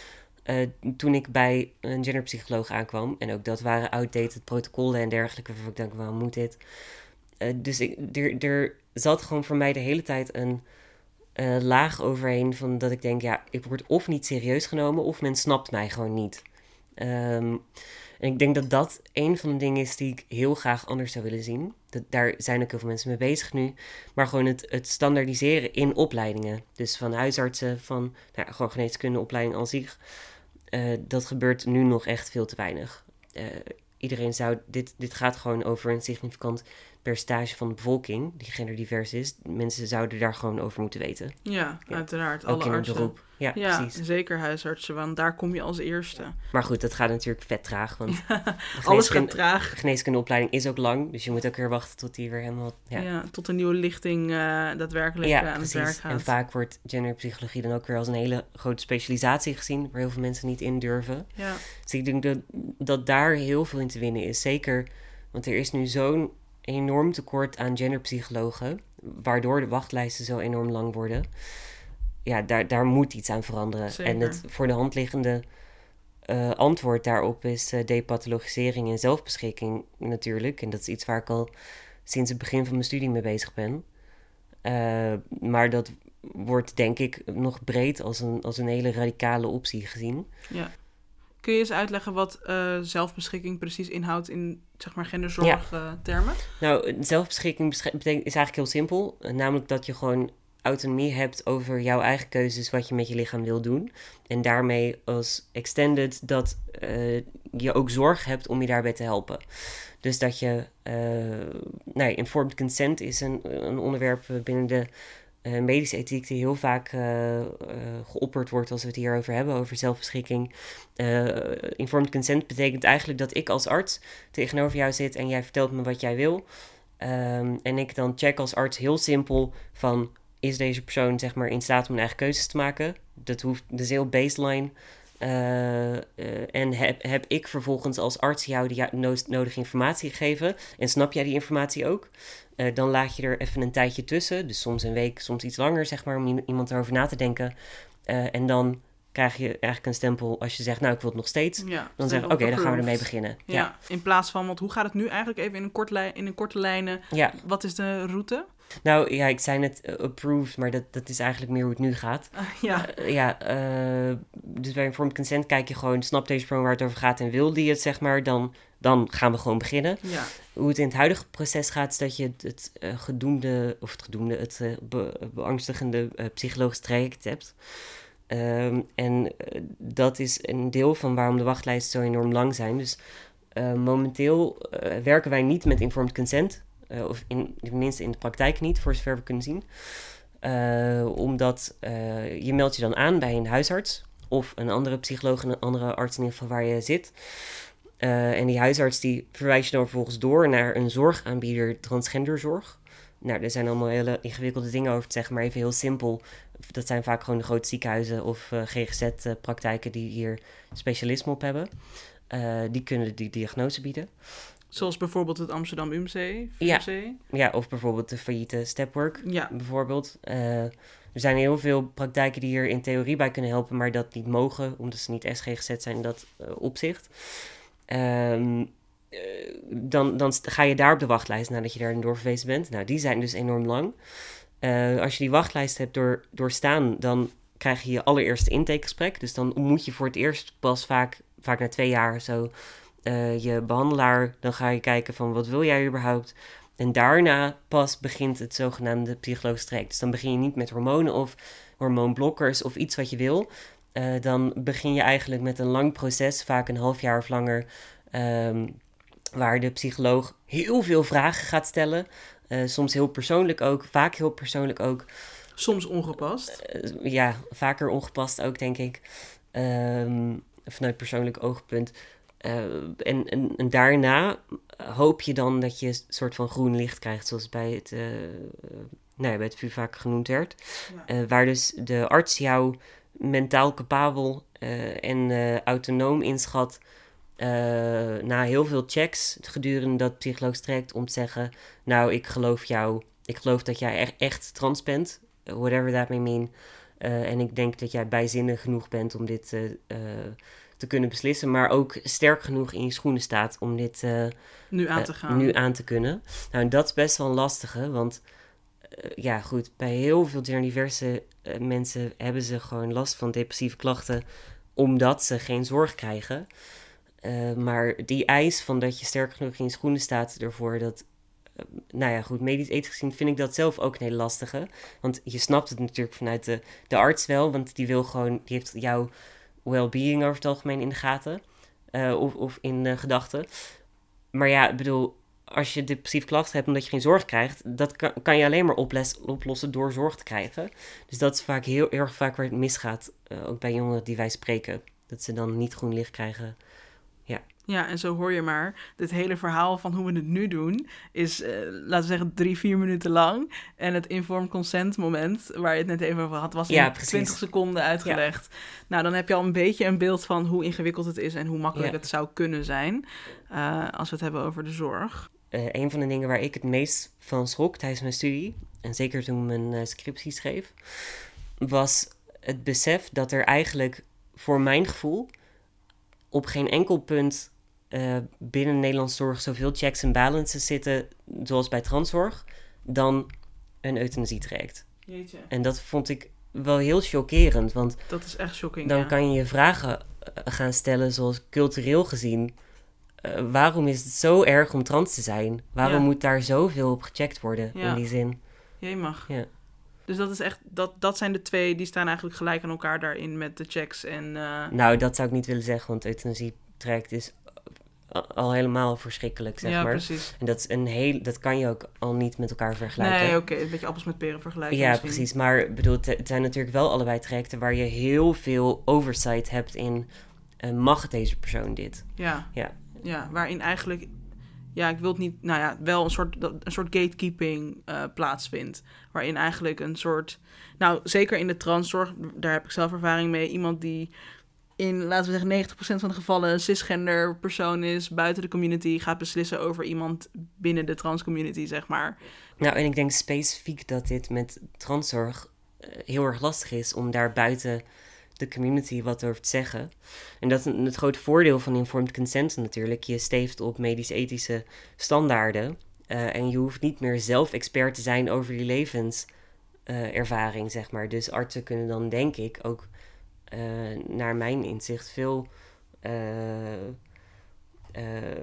uh, toen ik bij een genderpsycholoog aankwam. En ook dat waren outdated protocollen en dergelijke. Waarvan ik dacht, waarom moet dit? Uh, dus ik, er, er zat gewoon voor mij de hele tijd een uh, laag overheen van dat ik denk, ja, ik word of niet serieus genomen of men snapt mij gewoon niet. Um, en ik denk dat dat een van de dingen is die ik heel graag anders zou willen zien. Dat, daar zijn ook heel veel mensen mee bezig nu. Maar gewoon het, het standaardiseren in opleidingen. Dus van huisartsen, van nou, gewoon geneeskundeopleiding aan zich. Uh, dat gebeurt nu nog echt veel te weinig. Uh, iedereen zou... Dit, dit gaat gewoon over een significant percentage van de bevolking die genderdivers is. Mensen zouden daar gewoon over moeten weten. Ja, ja. Uiteraard. Ook alle in artsen. het beroep. Ja, ja, precies. Zeker huisartsen, want daar kom je als eerste. Maar goed, dat gaat natuurlijk vet traag, want alles gaat traag. De geneeskundeopleiding is ook lang, dus je moet ook weer wachten tot die weer helemaal... Ja, ja tot een nieuwe lichting uh, daadwerkelijk ja, uh, aan precies. het werk gaat. En vaak wordt genderpsychologie dan ook weer als een hele grote specialisatie gezien, waar heel veel mensen niet in durven. Ja. Dus ik denk dat, dat daar heel veel in te winnen is. Zeker, want er is nu zo'n enorm tekort aan genderpsychologen, waardoor de wachtlijsten zo enorm lang worden. Ja, daar, daar moet iets aan veranderen. Zeker. En het voor de hand liggende uh, antwoord daarop is uh, depathologisering en zelfbeschikking natuurlijk. En dat is iets waar ik al sinds het begin van mijn studie mee bezig ben. Uh, maar dat wordt denk ik nog breed als een, als een hele radicale optie gezien. Ja. Kun je eens uitleggen wat uh, zelfbeschikking precies inhoudt in, zeg maar, genderzorgtermen? Ja. Uh, nou, zelfbeschikking betekent, is eigenlijk heel simpel. Uh, namelijk dat je gewoon autonomie hebt over jouw eigen keuzes, wat je met je lichaam wil doen. En daarmee als extended dat uh, je ook zorg hebt om je daarbij te helpen. Dus dat je... Uh, nou, informed consent is een, een onderwerp binnen de uh, medische ethiek die heel vaak uh, uh, geopperd wordt als we het hierover hebben, over zelfbeschikking. Uh, informed consent betekent eigenlijk dat ik als arts tegenover jou zit en jij vertelt me wat jij wil. Um, en ik dan check als arts heel simpel van... Is deze persoon zeg maar in staat om hun eigen keuzes te maken? Dat hoeft, dat is heel baseline. Uh, uh, en heb, heb ik vervolgens als arts jou de nodige informatie gegeven? En snap jij die informatie ook? Uh, dan laat je er even een tijdje tussen. Dus soms een week, soms iets langer, zeg maar, om iemand erover na te denken. Uh, en dan krijg je eigenlijk een stempel als je zegt, nou, ik wil het nog steeds. Ja, dan zeg je, oké, okay, dan gaan we ermee beginnen. Ja, ja, in plaats van, want hoe gaat het nu eigenlijk even in een, kort li- in een korte lijnen? Ja. Wat is de route? Nou ja, ik zei net uh, approved, maar dat, dat is eigenlijk meer hoe het nu gaat. Uh, ja. Uh, ja, uh, dus bij informed consent kijk je gewoon, snapt deze persoon waar het over gaat en wil die het, zeg maar, dan, dan gaan we gewoon beginnen. Ja. Hoe het in het huidige proces gaat, is dat je het, het uh, gedoemde, of het gedoemde, het uh, be, beangstigende uh, psychologisch traject hebt. Um, en uh, dat is een deel van waarom de wachtlijsten zo enorm lang zijn. Dus uh, momenteel uh, werken wij niet met informed consent. Uh, of in, tenminste in de praktijk niet, voor zover we kunnen zien. Uh, omdat uh, je meldt je dan aan bij een huisarts of een andere psycholoog, een andere arts in ieder geval waar je zit. Uh, en die huisarts die verwijst je dan vervolgens door naar een zorgaanbieder transgenderzorg. Nou, er zijn allemaal hele ingewikkelde dingen over te zeggen, maar even heel simpel. Dat zijn vaak gewoon de grote ziekenhuizen of uh, G G Z-praktijken die hier specialisme op hebben. Uh, die kunnen die diagnose bieden. Zoals bijvoorbeeld het Amsterdam U M C? Ja. ja, of bijvoorbeeld de failliete Stepwork. Ja. Bijvoorbeeld. Uh, er zijn heel veel praktijken die hier in theorie bij kunnen helpen, maar dat niet mogen, omdat ze niet S G G Z zijn in dat uh, opzicht. Um, uh, dan, dan ga je daar op de wachtlijst nadat je daar doorverwezen bent. Nou, die zijn dus enorm lang. Uh, als je die wachtlijst hebt door, doorstaan, dan krijg je je allereerste intakegesprek. Dus dan moet je voor het eerst pas vaak, vaak na twee jaar zo... Uh, je behandelaar, dan ga je kijken van wat wil jij überhaupt. En daarna pas begint het zogenaamde psychologisch traject. Dus dan begin je niet met hormonen of hormoonblokkers of iets wat je wil. Uh, dan begin je eigenlijk met een lang proces, vaak een half jaar of langer, um, waar de psycholoog heel veel vragen gaat stellen. Uh, soms heel persoonlijk ook, vaak heel persoonlijk ook. Soms ongepast. Uh, ja, vaker ongepast ook, denk ik. Um, vanuit persoonlijk oogpunt. Uh, en, en, en daarna hoop je dan dat je een soort van groen licht krijgt, zoals bij het, uh, nou ja, bij het V U vaak genoemd werd. Ja. Uh, waar dus de arts jou mentaal capabel uh, en uh, autonoom inschat uh, na heel veel checks gedurende dat psychologisch traject om te zeggen, nou, ik geloof jou, ik geloof dat jij echt, echt trans bent, whatever that may mean. Uh, en ik denk dat jij bijzinnig genoeg bent om dit uh, uh, te kunnen beslissen. Maar ook sterk genoeg in je schoenen staat om dit uh, nu, aan te uh, gaan. nu aan te kunnen. Nou, en dat is best wel een lastige. Want uh, ja, goed, bij heel veel genderdiverse uh, mensen hebben ze gewoon last van depressieve klachten. Omdat ze geen zorg krijgen. Uh, maar die eis van dat je sterk genoeg in je schoenen staat ervoor dat... Uh, nou ja, goed, medisch ethisch gezien vind ik dat zelf ook een hele lastige. Want je snapt het natuurlijk vanuit de, de arts wel. Want die wil gewoon, die heeft jouw well-being over het algemeen in de gaten. Uh, of, of in uh, gedachten. Maar ja, ik bedoel, als je depressieve klachten hebt omdat je geen zorg krijgt... dat kan, kan je alleen maar oples, oplossen door zorg te krijgen. Dus dat is vaak heel, heel erg vaak waar het misgaat. Uh, ook bij jongeren die wij spreken. Dat ze dan niet groen licht krijgen. Ja. Ja, en zo hoor je maar. Dit hele verhaal van hoe we het nu doen is, uh, laten we zeggen, drie, vier minuten lang. En het informed consent moment, waar je het net even over had, was in ja, twintig seconden uitgelegd. Ja. Nou, dan heb je al een beetje een beeld van hoe ingewikkeld het is en hoe makkelijk ja. het zou kunnen zijn. Uh, als we het hebben over de zorg. Uh, een van de dingen waar ik het meest van schrok tijdens mijn studie, en zeker toen ik mijn uh, scriptie schreef, was het besef dat er eigenlijk, voor mijn gevoel, op geen enkel punt uh, binnen Nederlandse zorg zoveel checks en balances zitten, zoals bij transzorg, dan een euthanasietraject. Jeetje. En dat vond ik wel heel chockerend, want dat is echt shocking, dan ja. kan je je vragen gaan stellen zoals cultureel gezien, uh, waarom is het zo erg om trans te zijn? Waarom ja. moet daar zoveel op gecheckt worden ja. in die zin? Jemig. Ja. Dus dat is echt, dat, dat zijn de twee, die staan eigenlijk gelijk aan elkaar daarin met de checks en... Uh... Nou, dat zou ik niet willen zeggen, want euthanasietraject is al helemaal verschrikkelijk, zeg ja, maar. Precies. En dat is een heel, dat kan je ook al niet met elkaar vergelijken. Nee, oké, okay. een beetje appels met peren vergelijken. Ja, misschien. Precies. Maar bedoel, het, het zijn natuurlijk wel allebei trajecten waar je heel veel oversight hebt in, uh, mag deze persoon dit? Ja. Ja. Ja, waarin eigenlijk, ja, ik wil het niet, nou ja, wel een soort, een soort gatekeeping uh, plaatsvindt. Waarin eigenlijk een soort, nou, zeker in de transzorg, daar heb ik zelf ervaring mee, iemand die in, laten we zeggen, negentig procent van de gevallen een cisgender persoon is, buiten de community, gaat beslissen over iemand binnen de transcommunity, zeg maar. Nou, en ik denk specifiek dat dit met transzorg uh, heel erg lastig is om daar buiten de community wat over te zeggen. En dat is het grote voordeel van informed consent natuurlijk. Je steeft op medisch-ethische standaarden. Uh, en je hoeft niet meer zelf expert te zijn over die levenservaring, uh, zeg maar. Dus artsen kunnen dan, denk ik, ook uh, naar mijn inzicht veel... Uh, uh,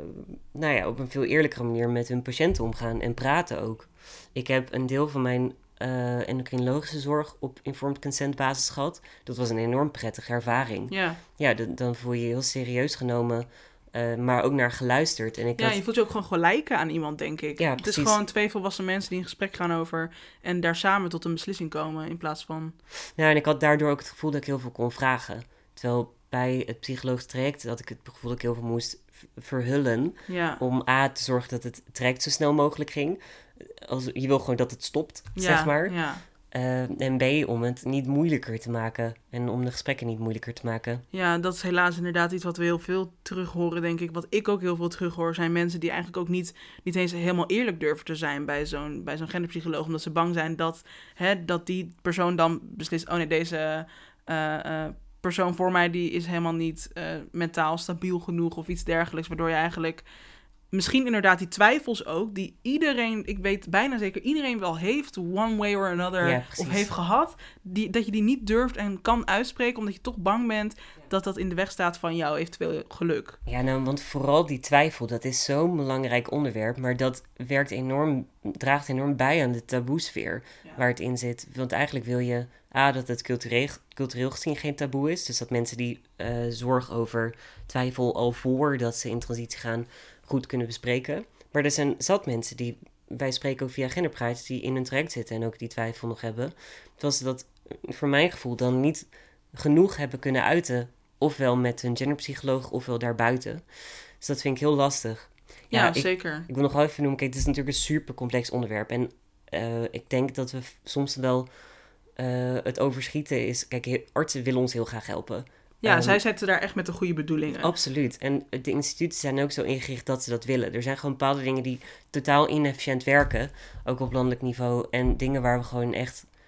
nou ja, op een veel eerlijkere manier met hun patiënten omgaan en praten ook. Ik heb een deel van mijn uh, endocrinologische zorg op informed consent basis gehad. Dat was een enorm prettige ervaring. Ja, ja d- dan voel je je heel serieus genomen, uh, maar ook naar geluisterd. En ik ja had... je voelt je ook gewoon gelijken aan iemand, denk ik. Ja, het precies. is gewoon twee volwassen mensen die in gesprek gaan over en daar samen tot een beslissing komen in plaats van... Nou, en ik had daardoor ook het gevoel dat ik heel veel kon vragen. Terwijl bij het psychologisch traject had ik het gevoel dat ik heel veel moest verhullen. Ja. Om A, te zorgen dat het traject zo snel mogelijk ging. Als, je wil gewoon dat het stopt, ja, zeg maar. Ja. Uh, en B, om het niet moeilijker te maken. En om de gesprekken niet moeilijker te maken. Ja, dat is helaas inderdaad iets wat we heel veel terug horen, denk ik. Wat ik ook heel veel terug hoor, zijn mensen die eigenlijk ook niet, niet eens helemaal eerlijk durven te zijn bij zo'n, bij zo'n genderpsycholoog. Omdat ze bang zijn dat, hè, dat die persoon dan beslist, oh nee, deze uh, uh, persoon voor mij die is helemaal niet uh, mentaal stabiel genoeg of iets dergelijks. Waardoor je eigenlijk... Misschien inderdaad die twijfels ook, die iedereen, ik weet bijna zeker, iedereen wel heeft, one way or another, ja, of heeft gehad, die, dat je die niet durft en kan uitspreken, omdat je toch bang bent dat dat in de weg staat van jouw eventueel geluk. Ja, nou, want vooral die twijfel, dat is zo'n belangrijk onderwerp, maar dat werkt enorm, draagt enorm bij aan de taboesfeer ja. waar het in zit. Want eigenlijk wil je, A, dat het cultureel, cultureel gezien geen taboe is, dus dat mensen die uh, zorg over twijfel al voordat ze in transitie gaan, goed kunnen bespreken. Maar er zijn zat mensen die, wij spreken ook via genderprides, die in hun traject zitten en ook die twijfel nog hebben. Terwijl ze dat, voor mijn gevoel, dan niet genoeg hebben kunnen uiten. Ofwel met een genderpsycholoog, ofwel daarbuiten. Dus dat vind ik heel lastig. Ja, ja ik, zeker. Ik wil nog wel even noemen, kijk, het is natuurlijk een super complex onderwerp. En uh, ik denk dat we soms wel uh, het overschieten is. Kijk, artsen willen ons heel graag helpen. Ja, um, zij zetten daar echt met de goede bedoelingen. Absoluut. En de instituten zijn ook zo ingericht dat ze dat willen. Er zijn gewoon bepaalde dingen die totaal inefficiënt werken, ook op landelijk niveau. En dingen waar we gewoon echt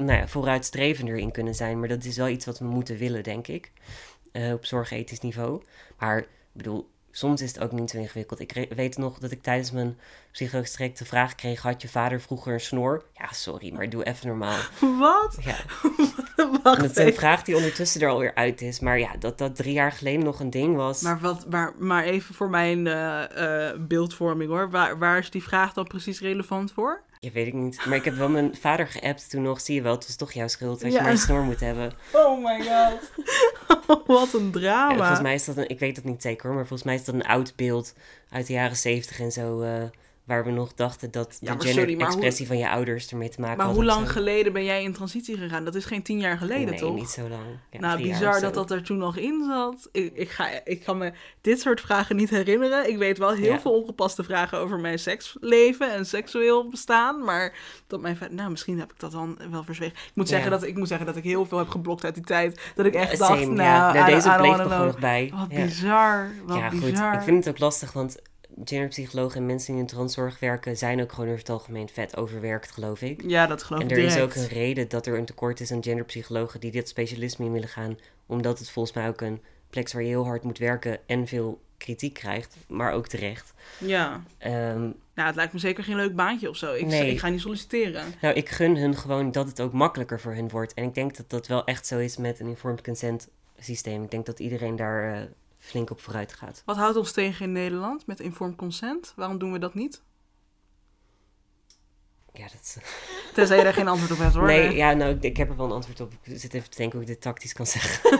nou ja, vooruitstrevender in kunnen zijn. Maar dat is wel iets wat we moeten willen, denk ik. Uh, op zorgethisch niveau. Maar ik bedoel, soms is het ook niet zo ingewikkeld. Ik re- weet nog dat ik tijdens mijn psychologisch traject de vraag kreeg... had je vader vroeger een snor? Ja, sorry, maar doe even normaal. Wat? Ja. Wacht dat is een vraag die ondertussen er alweer uit is. Maar ja, dat dat drie jaar geleden nog een ding was. Maar, wat, maar, maar even voor mijn uh, uh, beeldvorming hoor. Waar, waar is die vraag dan precies relevant voor? Ja, weet ik niet. Maar ik heb wel mijn vader geappt toen nog. Zie je wel, het was toch jouw schuld dat ja. je maar een snor moet hebben. Oh my god. Wat een drama. Ja, volgens mij is dat een, ik weet dat niet zeker hoor, maar volgens mij is dat een oud beeld uit de jaren zeventig en zo... Uh, waar we nog dachten dat ja, de gender-expressie hoe... van je ouders ermee te maken maar had. Maar hoe lang zo. geleden ben jij in transitie gegaan? Dat is geen tien jaar geleden, nee, toch? Nee, niet zo lang. Ja, nou, bizar dat dat er toen nog in zat. Ik, ik, ga, ik kan me dit soort vragen niet herinneren. Ik weet wel heel ja. veel ongepaste vragen over mijn seksleven en seksueel bestaan. Maar dat mijn vader... Nou, misschien heb ik dat dan wel verzwegen. Ik moet, zeggen, ja. dat, ik moet zeggen dat ik heel veel heb geblokt uit die tijd. Dat ik echt ja, dacht, same, nou... Ja. nou deze I bleef er gewoon nog bij. Wat ja. bizar, wat ja, bizar. Goed. Ik vind het ook lastig, want... genderpsychologen en mensen die in transzorg werken... zijn ook gewoon over het algemeen vet overwerkt, geloof ik. Ja, dat geloof ik ik En er direct. is ook een reden dat er een tekort is aan genderpsychologen... die dit specialisme in willen gaan. Omdat het volgens mij ook een plek is waar je heel hard moet werken... en veel kritiek krijgt, maar ook terecht. Ja. Um, nou, het lijkt me zeker geen leuk baantje of zo. Ik, nee. ik ga niet solliciteren. Nou, ik gun hun gewoon dat het ook makkelijker voor hun wordt. En ik denk dat dat wel echt zo is met een informed consent systeem. Ik denk dat iedereen daar... Uh, flink op vooruit gaat. Wat houdt ons tegen in Nederland met informed consent? Waarom doen we dat niet? Ja, dat is... Tenzij je er geen antwoord op hebt, hoor. Nee, ja, nou, ik, ik heb er wel een antwoord op. Ik zit even te denken hoe ik dit tactisch kan zeggen.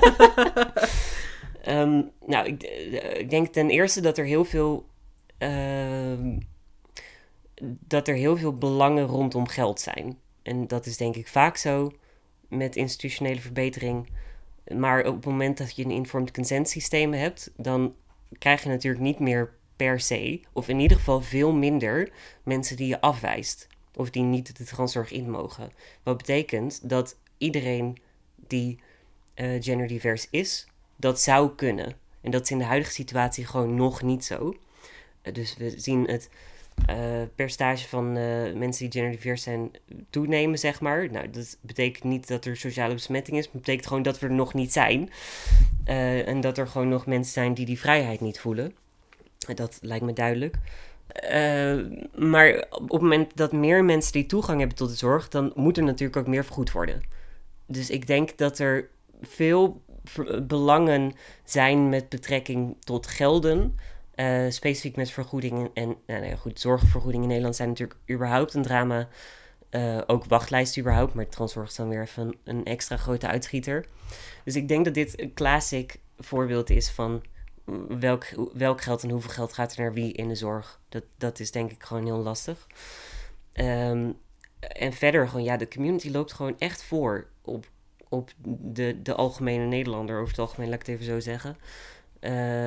um, nou, ik, ik denk ten eerste dat er heel veel... Uh, dat er heel veel belangen rondom geld zijn. En dat is denk ik vaak zo met institutionele verbetering... Maar op het moment dat je een informed consent systeem hebt... dan krijg je natuurlijk niet meer per se... of in ieder geval veel minder mensen die je afwijst... of die niet de transzorg in mogen. Wat betekent dat iedereen die uh, genderdivers is... dat zou kunnen. En dat is in de huidige situatie gewoon nog niet zo. Uh, dus we zien het... Uh, percentage van uh, mensen die genderdivers zijn toenemen, zeg maar. Nou, dat betekent niet dat er sociale besmetting is. Het betekent gewoon dat we er nog niet zijn. Uh, en dat er gewoon nog mensen zijn die die vrijheid niet voelen. Uh, dat lijkt me duidelijk. Uh, maar op het moment dat meer mensen die toegang hebben tot de zorg... dan moet er natuurlijk ook meer vergoed worden. Dus ik denk dat er veel ver- belangen zijn met betrekking tot gelden... Uh, specifiek met vergoedingen en nou, nou, goed, zorgvergoedingen in Nederland zijn natuurlijk überhaupt een drama. Uh, ook wachtlijsten überhaupt, maar transzorg is dan weer even een, een extra grote uitschieter. Dus ik denk dat dit een classic voorbeeld is van welk, welk geld en hoeveel geld gaat er naar wie in de zorg. Dat, dat is denk ik gewoon heel lastig. Um, en verder gewoon, ja, de community loopt gewoon echt voor op, op de, de algemene Nederlander, over het algemeen, laat ik het even zo zeggen. Uh,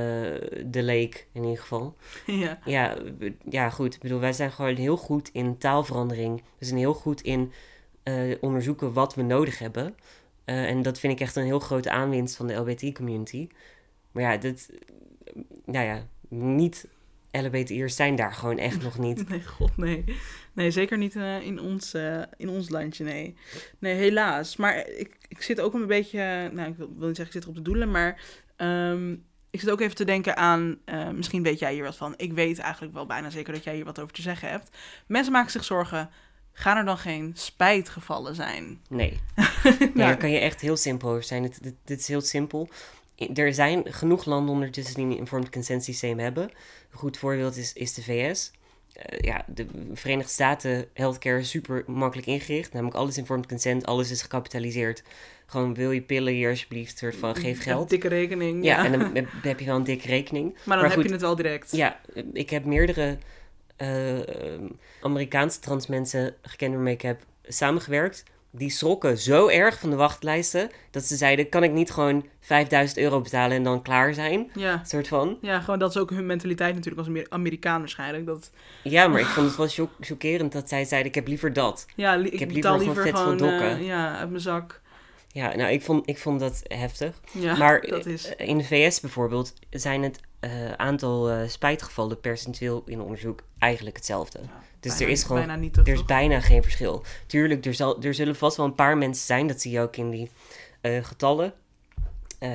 de leek in ieder geval. Ja. Ja, ja, goed. Ik bedoel, wij zijn gewoon heel goed in taalverandering. We zijn heel goed in uh, onderzoeken wat we nodig hebben. Uh, en dat vind ik echt een heel grote aanwinst van de L B T I-community. Maar ja, dit, nou ja, niet L B T I'ers zijn daar gewoon echt nog niet. Nee, god, nee. Nee, zeker niet uh, in, ons, uh, in ons landje, nee. Nee, helaas. Maar ik, ik zit ook een beetje... Nou, ik wil, wil niet zeggen, ik zit er op de doelen, maar... Um, ik zit ook even te denken aan, uh, misschien weet jij hier wat van. Ik weet eigenlijk wel bijna zeker dat jij hier wat over te zeggen hebt. Mensen maken zich zorgen. Gaan er dan geen spijtgevallen zijn? Nee. Nee, nou. Daar kan je echt heel simpel over zijn. Dit, dit, dit is heel simpel. Er zijn genoeg landen ondertussen die een informed consent systeem hebben. Een goed voorbeeld is, is de V S. Uh, ja, de Verenigde Staten healthcare is super makkelijk ingericht. Namelijk alles informed consent, alles is gecapitaliseerd. Gewoon wil je pillen hier alsjeblieft, soort van geef geld. Een dikke rekening. Ja, ja, en dan heb, heb je wel een dikke rekening. Maar dan maar heb goed, je het wel direct. Ja, ik heb meerdere uh, Amerikaanse trans mensen gekend waarmee ik heb samengewerkt. Die schrokken zo erg van de wachtlijsten dat ze zeiden, kan ik niet gewoon vijfduizend euro betalen en dan klaar zijn? Ja. Soort van. Ja, gewoon dat is ook hun mentaliteit natuurlijk als Amerikaan waarschijnlijk. Dat... Ja, maar ik vond het wel cho- chockerend dat zij zeiden, ik heb liever dat. Ja, li- ik heb ik liever, liever gewoon vet veel dokken. Uh, ja, uit mijn zak. Ja, nou, ik vond, ik vond dat heftig. Ja, maar dat is... in de V S bijvoorbeeld zijn het uh, aantal uh, spijtgevallen percentueel in onderzoek eigenlijk hetzelfde. Ja, dus bijna, er is gewoon, bijna niet toch, er is toch? bijna geen verschil. Tuurlijk, er, zal, er zullen vast wel een paar mensen zijn, dat zie je ook in die uh, getallen, uh,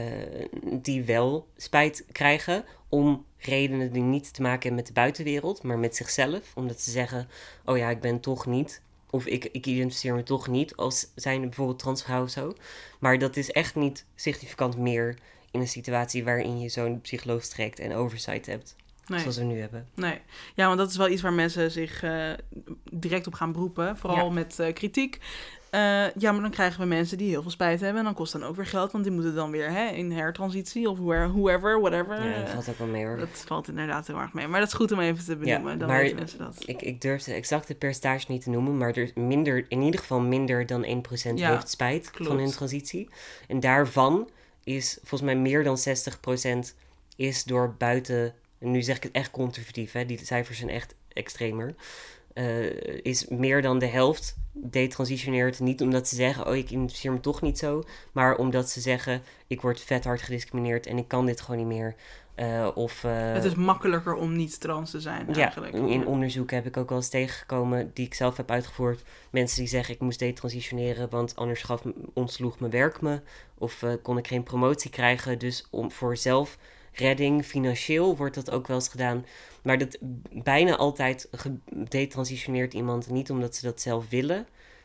die wel spijt krijgen om redenen die niet te maken hebben met de buitenwereld, maar met zichzelf. Omdat ze zeggen, oh ja, ik ben toch niet... Of ik, ik identificeer me toch niet als zijn bijvoorbeeld transvrouw of zo. Maar dat is echt niet significant meer in een situatie waarin je zo'n psycholoog trekt en oversight hebt. Nee. Zoals we nu hebben. Nee. Ja, want dat is wel iets waar mensen zich uh, direct op gaan beroepen. Vooral ja. met uh, kritiek. Uh, ja, maar dan krijgen we mensen die heel veel spijt hebben. En dan kost dan ook weer geld. Want die moeten dan weer hè, in hertransitie of whoever, whatever. Ja, dat valt ook wel mee hoor. Dat valt inderdaad heel erg mee. Maar dat is goed om even te benoemen. Ja, dan maar weten mensen dat. Ik, ik durf de exacte percentage niet te noemen. Maar er is minder, in ieder geval minder dan één procent ja, heeft spijt klopt. Van hun transitie. En daarvan is volgens mij meer dan zestig procent is door buiten... En nu zeg ik het echt conservatief, hè? Die cijfers zijn echt extremer. Uh, is meer dan de helft detransitioneert. Niet omdat ze zeggen, oh, ik identificeer me toch niet zo. Maar omdat ze zeggen, ik word vet hard gediscrimineerd en ik kan dit gewoon niet meer. Uh, of, uh, het is makkelijker om niet trans te zijn eigenlijk. Ja, in onderzoek heb ik ook wel eens tegengekomen die ik zelf heb uitgevoerd. Mensen die zeggen, ik moest detransitioneren, want anders gaf, ontsloeg mijn werk me. Of uh, kon ik geen promotie krijgen. Dus om voor zelf... redding, financieel wordt dat ook wel eens gedaan. Maar dat bijna altijd detransitioneert iemand niet omdat ze dat zelf willen.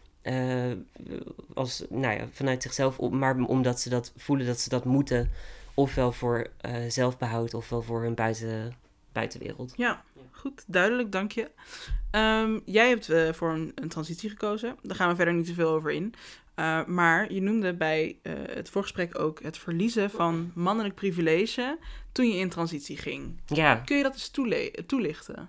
Uh, als, nou ja, vanuit zichzelf, maar omdat ze dat voelen dat ze dat moeten. Ofwel voor uh, zelfbehoud, ofwel voor hun buiten, buitenwereld. Ja, goed. Duidelijk, dank je. Um, jij hebt uh, voor een, een transitie gekozen. Daar gaan we verder niet te veel over in. Uh, maar je noemde bij uh, het voorgesprek ook het verliezen van mannelijk privilege toen je in transitie ging. Ja. Kun je dat eens toele- toelichten?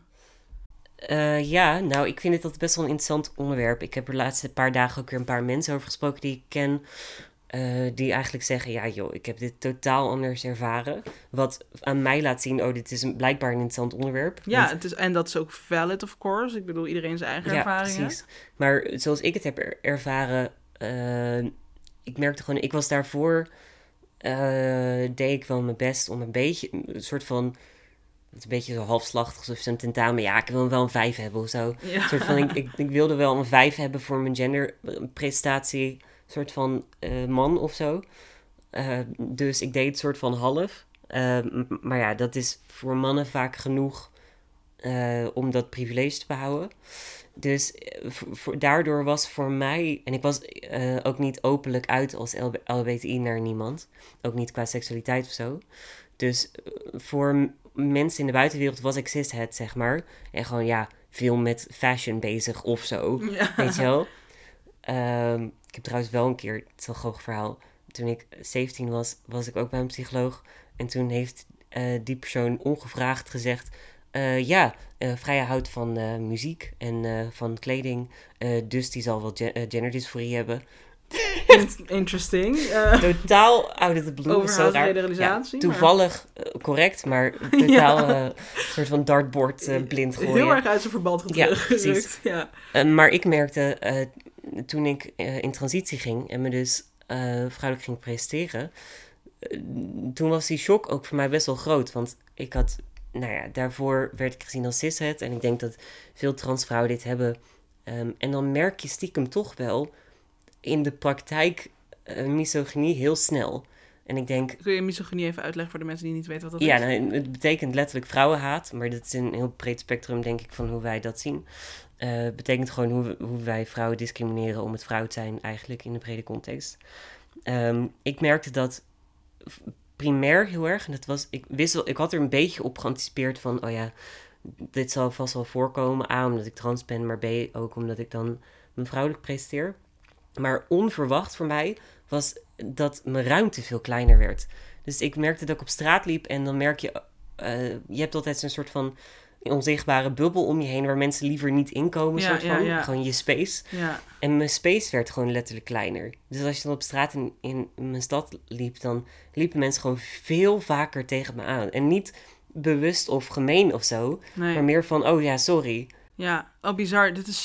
Uh, ja, nou, ik vind het altijd best wel een interessant onderwerp. Ik heb er de laatste paar dagen ook weer een paar mensen over gesproken die ik ken. Uh, die eigenlijk zeggen, ja joh, ik heb dit totaal anders ervaren. Wat aan mij laat zien, oh, dit is een, blijkbaar een interessant onderwerp. Ja, Want, het is, en dat is ook valid, of course. Ik bedoel, iedereen zijn eigen ja, ervaringen. Precies. Maar zoals ik het heb er- ervaren... Uh, ik merkte gewoon, ik was daarvoor, uh, deed ik wel mijn best om een beetje, een soort van, het is een beetje zo halfslachtig of zo'n tentamen, ja, ik wil wel een vijf hebben of zo. Ja. Een soort van, ik, ik, ik wilde wel een vijf hebben voor mijn genderprestatie, soort van uh, man of zo. Uh, dus ik deed het soort van half. Uh, m- maar ja, dat is voor mannen vaak genoeg uh, om dat privilege te behouden. Dus voor, voor, daardoor was voor mij... En ik was uh, ook niet openlijk uit als L G B T I naar niemand. Ook niet qua seksualiteit of zo. Dus uh, voor m- mensen in de buitenwereld was ik cishet, zeg maar. En gewoon, ja, veel met fashion bezig of zo. Ja. Weet je wel? Um, ik heb trouwens wel een keer... Het is een groot verhaal. Toen ik zeventien was, was ik ook bij een psycholoog. En toen heeft uh, die persoon ongevraagd gezegd... Uh, ja, uh, Freya houdt van uh, muziek en uh, van kleding. Uh, dus die zal wel ge- uh, genderdysforie hebben. Interesting. Uh, totaal out of the blue. Overhaalde ja, toevallig uh, correct, maar totaal een ja. uh, soort van dartboard uh, blind gooien. Heel erg uit zijn verband ja, precies. Ja. Uh, maar ik merkte uh, toen ik uh, in transitie ging en me dus uh, vrouwelijk ging presenteren... Uh, toen was die shock ook voor mij best wel groot. Want ik had... Nou ja, daarvoor werd ik gezien als cishet. En ik denk dat veel transvrouwen dit hebben. Um, en dan merk je stiekem toch wel in de praktijk uh, misogynie heel snel. En ik denk... Kun je misogynie even uitleggen voor de mensen die niet weten wat dat ja, is? Ja, nou, het betekent letterlijk vrouwenhaat. Maar dat is een heel breed spectrum, denk ik, van hoe wij dat zien. Uh, het betekent gewoon hoe, we, hoe wij vrouwen discrimineren om het vrouw te zijn eigenlijk in de brede context. Um, ik merkte dat... primair heel erg. En dat was, ik wist ik had er een beetje op geanticipeerd van, oh ja, dit zal vast wel voorkomen. A, omdat ik trans ben, maar B, ook omdat ik dan me vrouwelijk presenteer. Maar onverwacht voor mij was dat mijn ruimte veel kleiner werd. Dus ik merkte dat ik op straat liep en dan merk je, uh, je hebt altijd zo'n soort van onzichtbare bubbel om je heen waar mensen liever niet inkomen, ja, soort van. Ja, ja. Gewoon je space. Ja. En mijn space werd gewoon letterlijk kleiner. Dus als je dan op straat in, in mijn stad liep, dan liepen mensen gewoon veel vaker tegen me aan. En niet bewust of gemeen of zo, nee. Maar meer van, oh ja, sorry. Ja, oh bizar. Dit is zo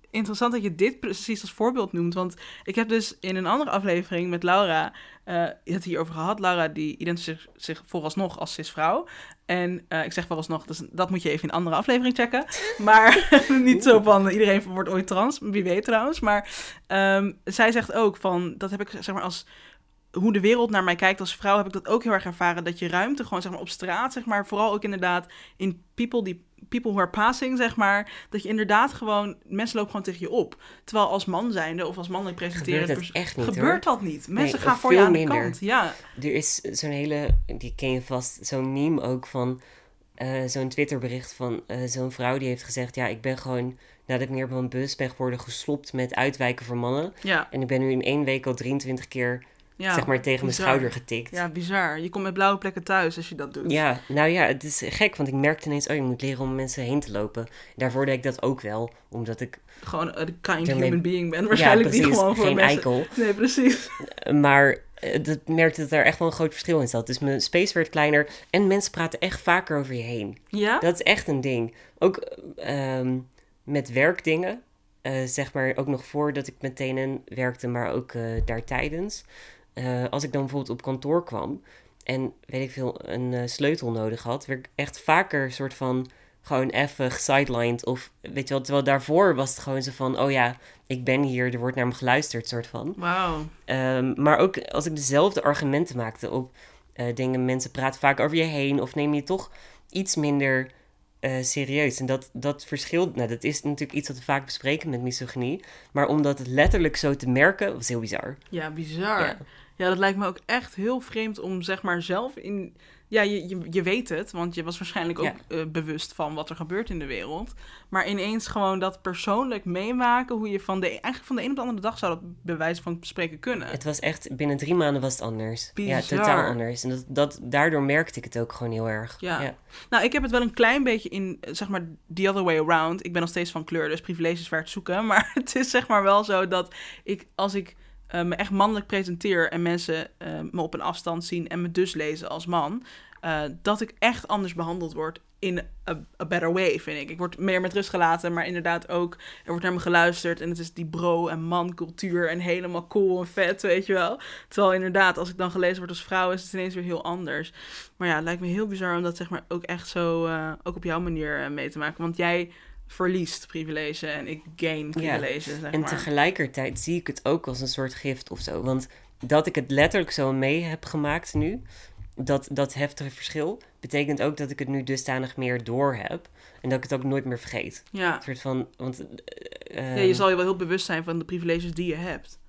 interessant dat je dit precies als voorbeeld noemt. Want ik heb dus in een andere aflevering met Laura uh, het hierover gehad. Laura die identificeert zich, zich vooralsnog als cisvrouw. En uh, ik zeg vooralsnog, dus dat moet je even in een andere aflevering checken. Maar niet zo van iedereen wordt ooit trans. Wie weet trouwens. Maar um, zij zegt ook van, dat heb ik zeg maar als... hoe de wereld naar mij kijkt als vrouw, heb ik dat ook heel erg ervaren. Dat je ruimte gewoon zeg maar op straat, zeg maar, vooral ook inderdaad in people die people who are passing, zeg maar, dat je inderdaad gewoon, mensen lopen gewoon tegen je op. Terwijl als man zijnde of als mannelijk presenterend gebeurt het echt niet, gebeurt hoor. dat niet. Mensen nee, gaan voor je aan minder. de kant. Ja. Er is zo'n hele, die ken je vast, zo'n meme ook van uh, zo'n Twitterbericht van uh, zo'n vrouw die heeft gezegd, ja, ik ben gewoon nadat ik meer op een bus ben geworden geslopt met uitwijken voor mannen. Ja. En ik ben nu in één week al drieëntwintig keer Ja, zeg maar tegen bizar. mijn schouder getikt. Ja, bizar. Je komt met blauwe plekken thuis als je dat doet. Ja, nou ja, het is gek, want ik merkte ineens, oh, je moet leren om mensen heen te lopen. Daarvoor deed ik dat ook wel, omdat ik... Gewoon een kind ermee... human being ben. Waarschijnlijk ja, precies, niet gewoon voor geen mensen. eikel. Nee, precies. Maar uh, dat merkte dat er echt wel een groot verschil in zat. Dus mijn space werd kleiner en mensen praten echt vaker over je heen. Ja? Dat is echt een ding. Ook um, met werkdingen, uh, zeg maar ook nog voordat ik met T N N werkte, maar ook uh, daar tijdens... Uh, als ik dan bijvoorbeeld op kantoor kwam en, weet ik veel, een uh, sleutel nodig had, werd ik echt vaker soort van gewoon even gesidelined. Of, weet je wel, terwijl daarvoor was het gewoon zo van, oh ja, ik ben hier, er wordt naar me geluisterd, soort van. Wauw. Um, maar ook als ik dezelfde argumenten maakte op uh, dingen, mensen praten vaak over je heen of neem je toch iets minder uh, serieus. En dat, dat verschilt, nou, dat is natuurlijk iets wat we vaak bespreken met misogynie. Maar om dat letterlijk zo te merken, was heel bizar. Ja, bizar. Ja. Ja, dat lijkt me ook echt heel vreemd om zeg maar zelf in... Ja, je, je, je weet het, want je was waarschijnlijk ook ja. uh, bewust van wat er gebeurt in de wereld. Maar ineens gewoon dat persoonlijk meemaken, hoe je van de, eigenlijk van de een op de andere dag zou dat bij wijze van spreken kunnen. Het was echt, binnen drie maanden was het anders. Bizar. Ja, totaal anders. En dat, dat, daardoor merkte ik het ook gewoon heel erg. Ja. ja. Nou, ik heb het wel een klein beetje in, zeg maar, the other way around. Ik ben nog steeds van kleur, dus privilege is waar te zoeken. Maar het is zeg maar wel zo dat ik, als ik... Uh, me echt mannelijk presenteer en mensen uh, me op een afstand zien en me dus lezen als man, uh, dat ik echt anders behandeld word in a, a better way, vind ik. Ik word meer met rust gelaten, maar inderdaad ook, er wordt naar me geluisterd en het is die bro- en man-cultuur en helemaal cool en vet, weet je wel. Terwijl inderdaad, als ik dan gelezen word als vrouw, is het ineens weer heel anders. Maar ja, het lijkt me heel bizar om dat zeg maar ook echt zo, uh, ook op jouw manier uh, mee te maken, want jij verliest privilege en ik gain privilege, ja. zeg maar. En tegelijkertijd zie ik het ook als een soort gift of zo. Want dat ik het letterlijk zo mee heb gemaakt nu, dat, dat heftige verschil, betekent ook dat ik het nu dusdanig meer door heb. En dat ik het ook nooit meer vergeet. Ja. Een soort van, want... Uh, ja, je zal je wel heel bewust zijn van de privileges die je hebt.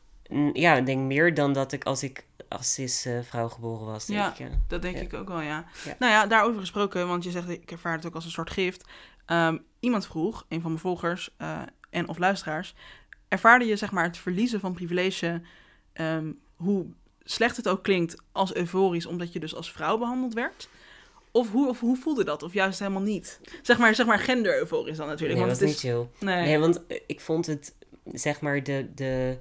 Ja, ik denk meer dan dat ik als ik als cis-vrouw uh, geboren was. Denk ja, ik, ja, dat denk ja. ik ook wel, ja. ja. Nou ja, daarover gesproken, want je zegt, ik ervaar het ook als een soort gift. Um, iemand vroeg, een van mijn volgers uh, en of luisteraars, ervaarde je zeg maar het verliezen van privilege, um, hoe slecht het ook klinkt, als euforisch, omdat je dus als vrouw behandeld werd? Of hoe, of hoe voelde dat? Of juist helemaal niet? Zeg maar, zeg maar gender-euforisch dan natuurlijk. Nee, want dat het was niet chill. Nee. nee, want ik vond het, zeg maar, de, de,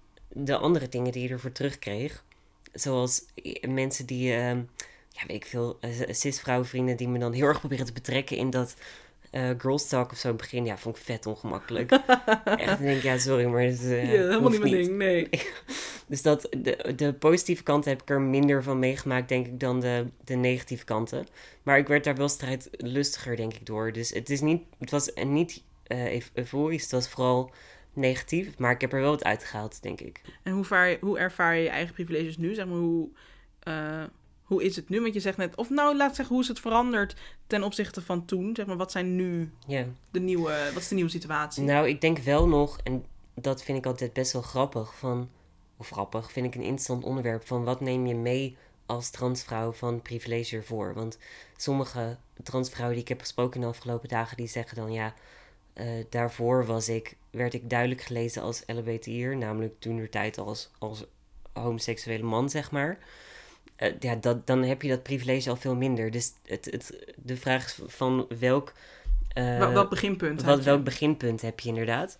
de andere dingen die je ervoor terugkreeg, zoals mensen die, uh, ja, weet ik veel, uh, cis-vrouwenvrienden die me dan heel erg proberen te betrekken in dat uh, girls talk of zo in het begin. Ja, vond ik vet ongemakkelijk. Echt, dan denk ik, ja, sorry, maar dat uh, ja, helemaal niet mijn ding, nee. Dus dat, de, de positieve kanten heb ik er minder van meegemaakt, denk ik, dan de, de negatieve kanten. Maar ik werd daar wel strijdlustiger, denk ik, door. Dus het, is niet, het was niet uh, euforisch, het was vooral negatief. Maar ik heb er wel wat uitgehaald, denk ik. En hoe, vaar, hoe ervaar je je eigen privileges nu? Zeg maar, hoe, uh, hoe is het nu? Want je zegt net, of nou, laat zeggen, hoe is het veranderd ten opzichte van toen? Zeg maar, wat zijn nu yeah. de nieuwe, wat is de nieuwe situatie? Nou, ik denk wel nog, en dat vind ik altijd best wel grappig, van... Of grappig, vind ik een interessant onderwerp van wat neem je mee als transvrouw van privilege ervoor? Want sommige transvrouwen die ik heb gesproken de afgelopen dagen, die zeggen dan ja, uh, daarvoor was ik, werd ik duidelijk gelezen als L H B T I'er, namelijk toentertijd als, als homoseksuele man, zeg maar. Uh, ja, dat, dan heb je dat privilege al veel minder. Dus het, het, de vraag is van welk... Uh, Wel, welk beginpunt wat, Welk beginpunt heb je inderdaad?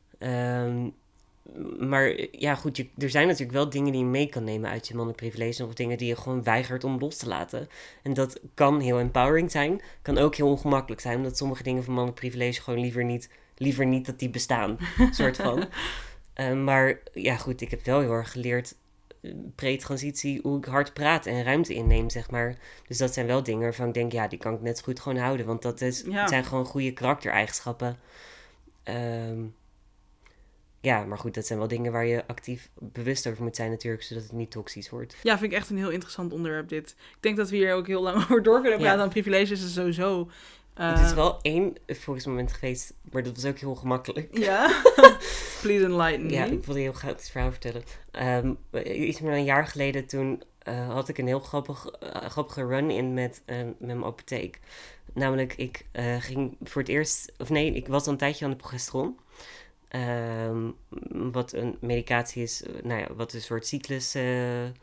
Um, Maar ja, goed, je, er zijn natuurlijk wel dingen die je mee kan nemen uit je mannelijk privilege. Of dingen die je gewoon weigert om los te laten. En dat kan heel empowering zijn. Kan ook heel ongemakkelijk zijn. Omdat sommige dingen van mannelijk privilege gewoon liever niet liever niet dat die bestaan, soort van. Uh, maar ja, goed, ik heb wel heel erg geleerd uh, pre-transitie hoe ik hard praat en ruimte inneem, zeg maar. Dus dat zijn wel dingen waarvan ik denk, ja, die kan ik net zo goed gewoon houden. Want dat is, Ja. het zijn gewoon goede karaktereigenschappen. Um, ja, maar goed, dat zijn wel dingen waar je actief bewust over moet zijn natuurlijk, zodat het niet toxisch wordt. Ja, vind ik echt een heel interessant onderwerp dit. Ik denk dat we hier ook heel lang over door kunnen praten. Ja. Aan privileges is sowieso... Uh... Het is wel één volgens moment geweest, maar dat was ook heel gemakkelijk. Ja? Please enlighten me. Ja, ik wilde heel graag het verhaal vertellen. Um, iets meer dan een jaar geleden, toen uh, had ik een heel grappig, uh, grappige run-in met, uh, met mijn apotheek. Namelijk, ik uh, ging voor het eerst... Of nee, ik was al een tijdje aan de progesteron. Um, wat een medicatie is, uh, nou ja, wat een soort cyclus uh, uh,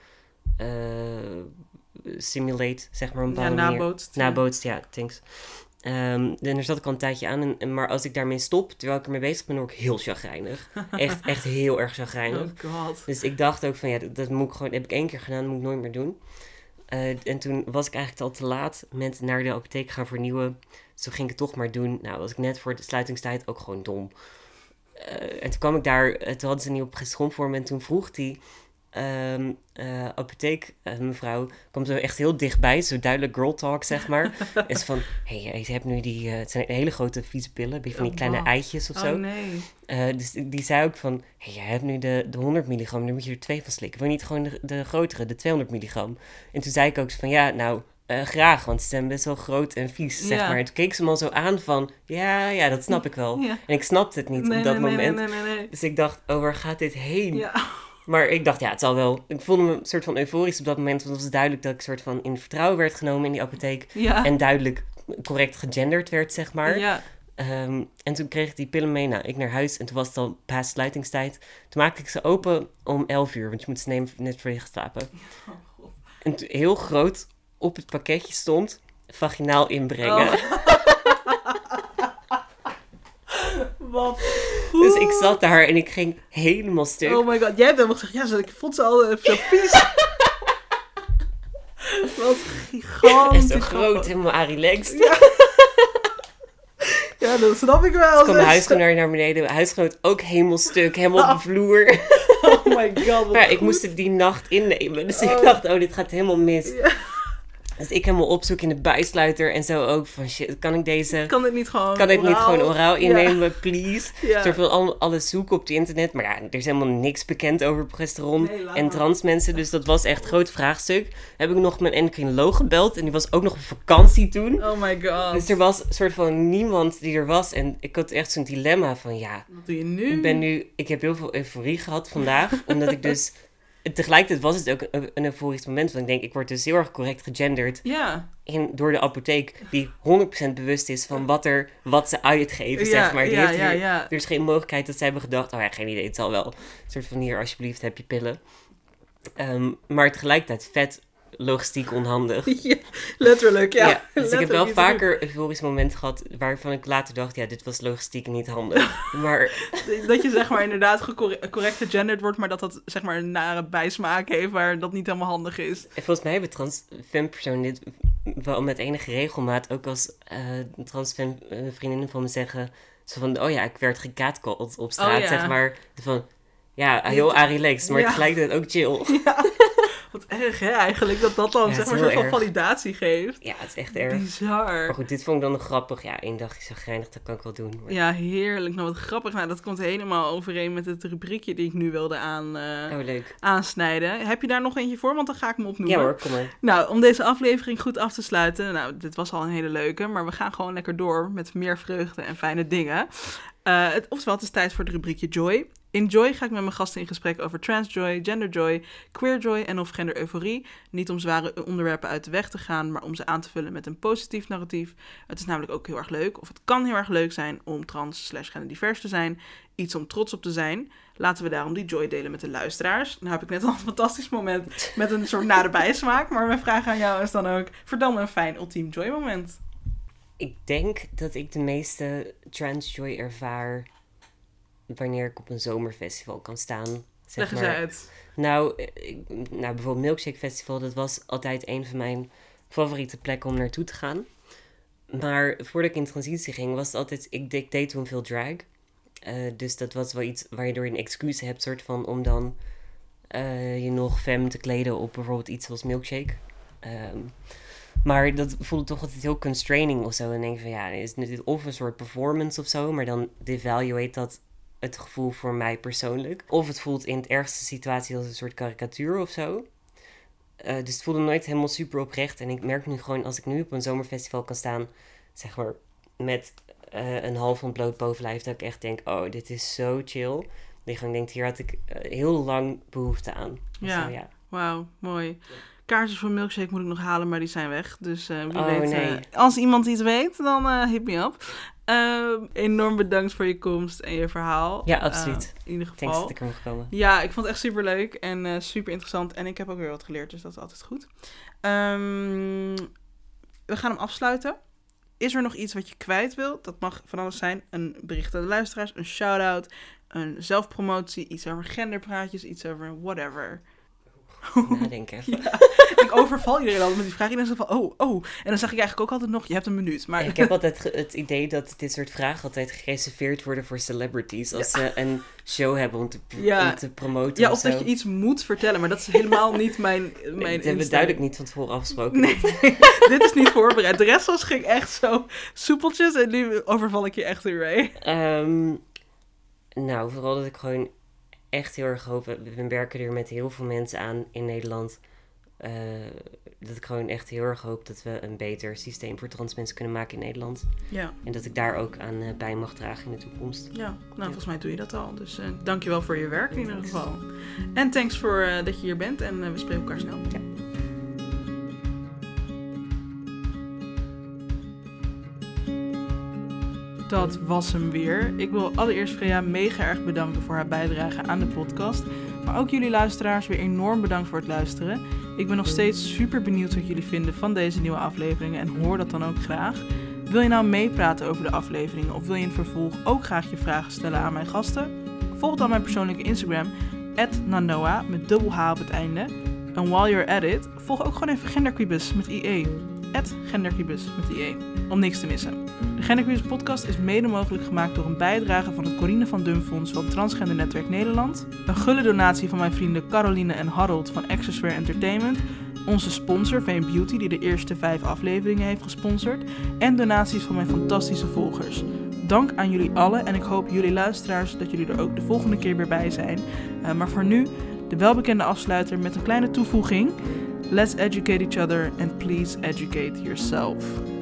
simulate, zeg maar. Een ja, nabootst. Nabootst, ja, thanks. Um, en daar zat ik al een tijdje aan. En, maar als ik daarmee stop, terwijl ik ermee bezig ben, word ik heel chagrijnig. Echt, echt heel erg chagrijnig. Oh god. Dus ik dacht ook van, ja, dat, dat moet ik gewoon, dat heb ik één keer gedaan, dat moet ik nooit meer doen. Uh, en toen was ik eigenlijk al te laat met naar de apotheek gaan vernieuwen. Dus toen ging ik het toch maar doen. Nou, was ik net voor de sluitingstijd ook gewoon dom. Uh, en toen kwam ik daar, uh, toen hadden ze een nieuwe progesteron voor me en toen vroeg die um, uh, apotheek, uh, mevrouw, kwam zo echt heel dichtbij, zo duidelijk girl talk, zeg maar. En ze van, hé, hey, je hebt nu die, uh, het zijn hele grote vieze pillen, heb je van die oh, kleine wow. eitjes of zo. Oh nee. Uh, dus die, die zei ook van, hé, hey, je hebt nu de, de honderd milligram, daar moet je er twee van slikken. Wil je niet gewoon de, de grotere, de tweehonderd milligram? En toen zei ik ook van, ja, nou... Uh, graag, want ze zijn best wel groot en vies, zeg ja. maar. En toen keek ze me al zo aan van, ja, ja, dat snap ik wel. Ja. En ik snapte het niet nee, op dat nee, moment. Nee, nee, nee, nee. Dus ik dacht, oh, waar gaat dit heen? Ja. Maar ik dacht, ja, het zal wel. Ik voelde me een soort van euforisch op dat moment, want het was duidelijk dat ik een soort van in vertrouwen werd genomen in die apotheek. Ja. En duidelijk correct gegenderd werd, zeg maar. Ja. Um, en toen kreeg ik die pillen mee. Nou, ik naar huis en toen was het al past sluitingstijd. Toen maakte ik ze open om elf uur, want je moet ze nemen net voor je gaat slapen. Oh, God. En toen heel groot op het pakketje stond, vaginaal inbrengen. Oh. Wat? Dus ik zat daar en ik ging helemaal stuk. Oh my god, jij hebt helemaal gezegd, ja, ik vond ze al uh, zo vies. Wat gigantisch. En zo groot, helemaal arilext. Ja. Ja, dat snap ik wel. Dus kwam de huisgenoot naar beneden. De huisgenoot ook helemaal stuk, helemaal op de vloer. Oh my god. Maar ja, ik moest het die nacht innemen. Dus oh. ik dacht, oh, dit gaat helemaal mis. Ja. Dus ik helemaal opzoeken in de bijsluiter en zo ook van shit, kan ik deze... Kan dit niet gewoon Kan ik oraal? niet gewoon oraal innemen, ja. please? Ja. Soort van al, alles zoeken op het internet. Maar ja, er is helemaal niks bekend over progesteron nee, en trans mensen. Dus dat was echt een groot vraagstuk. Heb ik nog mijn endocrinoloog gebeld en die was ook nog op vakantie toen. Oh my god. Dus er was een soort van niemand die er was. En ik had echt zo'n dilemma van ja... Wat doe je nu? Ik ben nu... Ik heb heel veel euforie gehad vandaag. Omdat ik dus... Tegelijkertijd was het ook een, een euforisch moment. Want ik denk, ik word dus heel erg correct gegenderd. Ja. In, door de apotheek. Die honderd procent bewust is van wat, er, wat ze uitgeven, ja, zeg maar. Die ja, heeft ja, hier, ja. Er is geen mogelijkheid dat zij hebben gedacht... Oh ja, geen idee, het zal wel. Een soort van, hier, alsjeblieft, heb je pillen. Um, maar tegelijkertijd vet logistiek onhandig. Ja, letterlijk, ja. ja dus ik heb wel letterlijk. vaker euforisch momenten gehad... waarvan ik later dacht, ja, dit was logistiek niet handig. Maar... Dat je zeg maar inderdaad gecor- correct gegenderd wordt... maar dat dat zeg maar een nare bijsmaak heeft... waar dat niet helemaal handig is. En volgens mij hebben trans-fem-personen dit wel met enige regelmaat... ook als uh, trans-fem-vriendinnen van me zeggen... zo van, oh ja, ik werd gecatcalled op straat, oh, ja. zeg maar. Van, ja, heel arilex, maar ja. tegelijkertijd ook chill. Ja. Wat erg, hè, eigenlijk, dat dat dan Ja, zeg maar een soort van validatie geeft. Ja, het is echt erg. Bizar. Maar goed, dit vond ik dan nog grappig. Ja, één dagje zagrijnig, dat kan ik wel doen. Maar... Ja, heerlijk. Nou, wat grappig. Nou, dat komt helemaal overeen met het rubriekje die ik nu wilde aan, uh, oh, leuk. aansnijden. Heb je daar nog eentje voor? Want dan ga ik hem opnoemen. Ja hoor, kom maar. Nou, om deze aflevering goed af te sluiten. Nou, dit was al een hele leuke. Maar we gaan gewoon lekker door met meer vreugde en fijne dingen. Uh, het, oftewel, het is tijd voor het rubriekje Joy. In Joy ga ik met mijn gasten in gesprek over transjoy, genderjoy, queerjoy en of gendereuforie. Niet om zware onderwerpen uit de weg te gaan, maar om ze aan te vullen met een positief narratief. Het is namelijk ook heel erg leuk, of het kan heel erg leuk zijn om trans slash genderdivers te zijn. Iets om trots op te zijn. Laten we daarom die joy delen met de luisteraars. Nou heb ik net al een fantastisch moment met een soort nare bijsmaak. Maar mijn vraag aan jou is dan ook, vertel me een fijn ultiem joy moment. Ik denk dat ik de meeste transjoy ervaar... wanneer ik op een zomerfestival kan staan. Zeg Leg eens maar. uit. Nou, ik, nou, bijvoorbeeld Milkshake Festival, dat was altijd een van mijn favoriete plekken om naartoe te gaan. maar voordat ik in transitie ging, was het altijd... Ik, ik deed toen veel drag. Uh, dus dat was wel iets waardoor je een excuus hebt, soort van, om dan uh, je nog femme te kleden op bijvoorbeeld iets zoals Milkshake. Um, maar dat voelde toch altijd heel constraining of zo. En dan denk ik van, ja, is dit of een soort performance of zo, maar dan devaluate dat het gevoel voor mij persoonlijk. Of het voelt in het ergste situatie als een soort karikatuur of zo. Uh, dus het voelde nooit helemaal super oprecht. En ik merk nu gewoon, als ik nu op een zomerfestival kan staan, zeg maar, met uh, een half ontbloot bovenlijf, dat ik echt denk, oh, dit is zo chill. Dat ik gewoon denk, hier had ik uh, heel lang behoefte aan. Ja, zo, ja. Wauw, mooi. Ja. Kaartjes voor Milkshake moet ik nog halen, maar die zijn weg. Dus uh, wie oh, weet, nee. uh, als iemand iets weet, dan uh, hit me up. Uh, enorm bedankt voor je komst en je verhaal. Ja, absoluut. Uh, in ieder geval. Thanks dat ik er mocht komen. Ja, ik vond het echt super leuk en uh, super interessant. En ik heb ook weer wat geleerd, dus dat is altijd goed. Um, we gaan hem afsluiten. Is er nog iets wat je kwijt wilt? Dat mag van alles zijn. Een bericht aan de luisteraars, een shout-out, een zelfpromotie, iets over genderpraatjes, iets over whatever. Nadenken even. Ja, ik overval iedereen altijd met die vraag. Iedereen zegt van, oh, oh. En dan zeg ik eigenlijk ook altijd nog, je hebt een minuut. Maar... Ik heb altijd ge- het idee dat dit soort vragen altijd gereserveerd worden voor celebrities. Als ja. ze een show hebben om te, pr- ja. om te promoten Ja, of, of zo. dat je iets moet vertellen. Maar dat is helemaal niet mijn, mijn nee, dat hebben we duidelijk niet van tevoren afgesproken. Nee, dit is niet voorbereid. De rest was ging echt zo soepeltjes. En nu overval ik je echt weer mee. Um, nou, vooral dat ik gewoon echt heel erg hoop. We werken er met heel veel mensen aan in Nederland. Uh, dat ik gewoon echt heel erg hoop dat we een beter systeem voor trans mensen kunnen maken in Nederland. Ja. En dat ik daar ook aan uh, bij mag dragen in de toekomst. Ja, nou ja. Volgens mij doe je dat al. Dus uh, dankjewel voor je werk in ieder geval. En thanks voor uh, dat je hier bent. En uh, we spreken elkaar snel. Ja. Dat was hem weer. Ik wil allereerst Freya mega erg bedanken voor haar bijdrage aan de podcast. Maar ook jullie luisteraars weer enorm bedankt voor het luisteren. Ik ben nog steeds super benieuwd wat jullie vinden van deze nieuwe afleveringen en hoor dat dan ook graag. Wil je nou meepraten over de afleveringen of wil je in het vervolg ook graag je vragen stellen aan mijn gasten? Volg dan mijn persoonlijke Instagram, at nanoa, met dubbel H op het einde. En while you're at it, volg ook gewoon even Genderquibus met I E. at Genderquibus met I E, om niks te missen. De Genderquibus podcast is mede mogelijk gemaakt door een bijdrage van het Corine van Dum Fonds van Transgender Netwerk Nederland, een gulle donatie van mijn vrienden Caroline en Harold van Accessware Entertainment, onze sponsor Vane Beauty die de eerste vijf afleveringen heeft gesponsord en donaties van mijn fantastische volgers. Dank aan jullie allen en ik hoop jullie luisteraars dat jullie er ook de volgende keer weer bij zijn. Uh, maar voor nu de welbekende afsluiter met een kleine toevoeging. Let's educate each other and please educate yourself.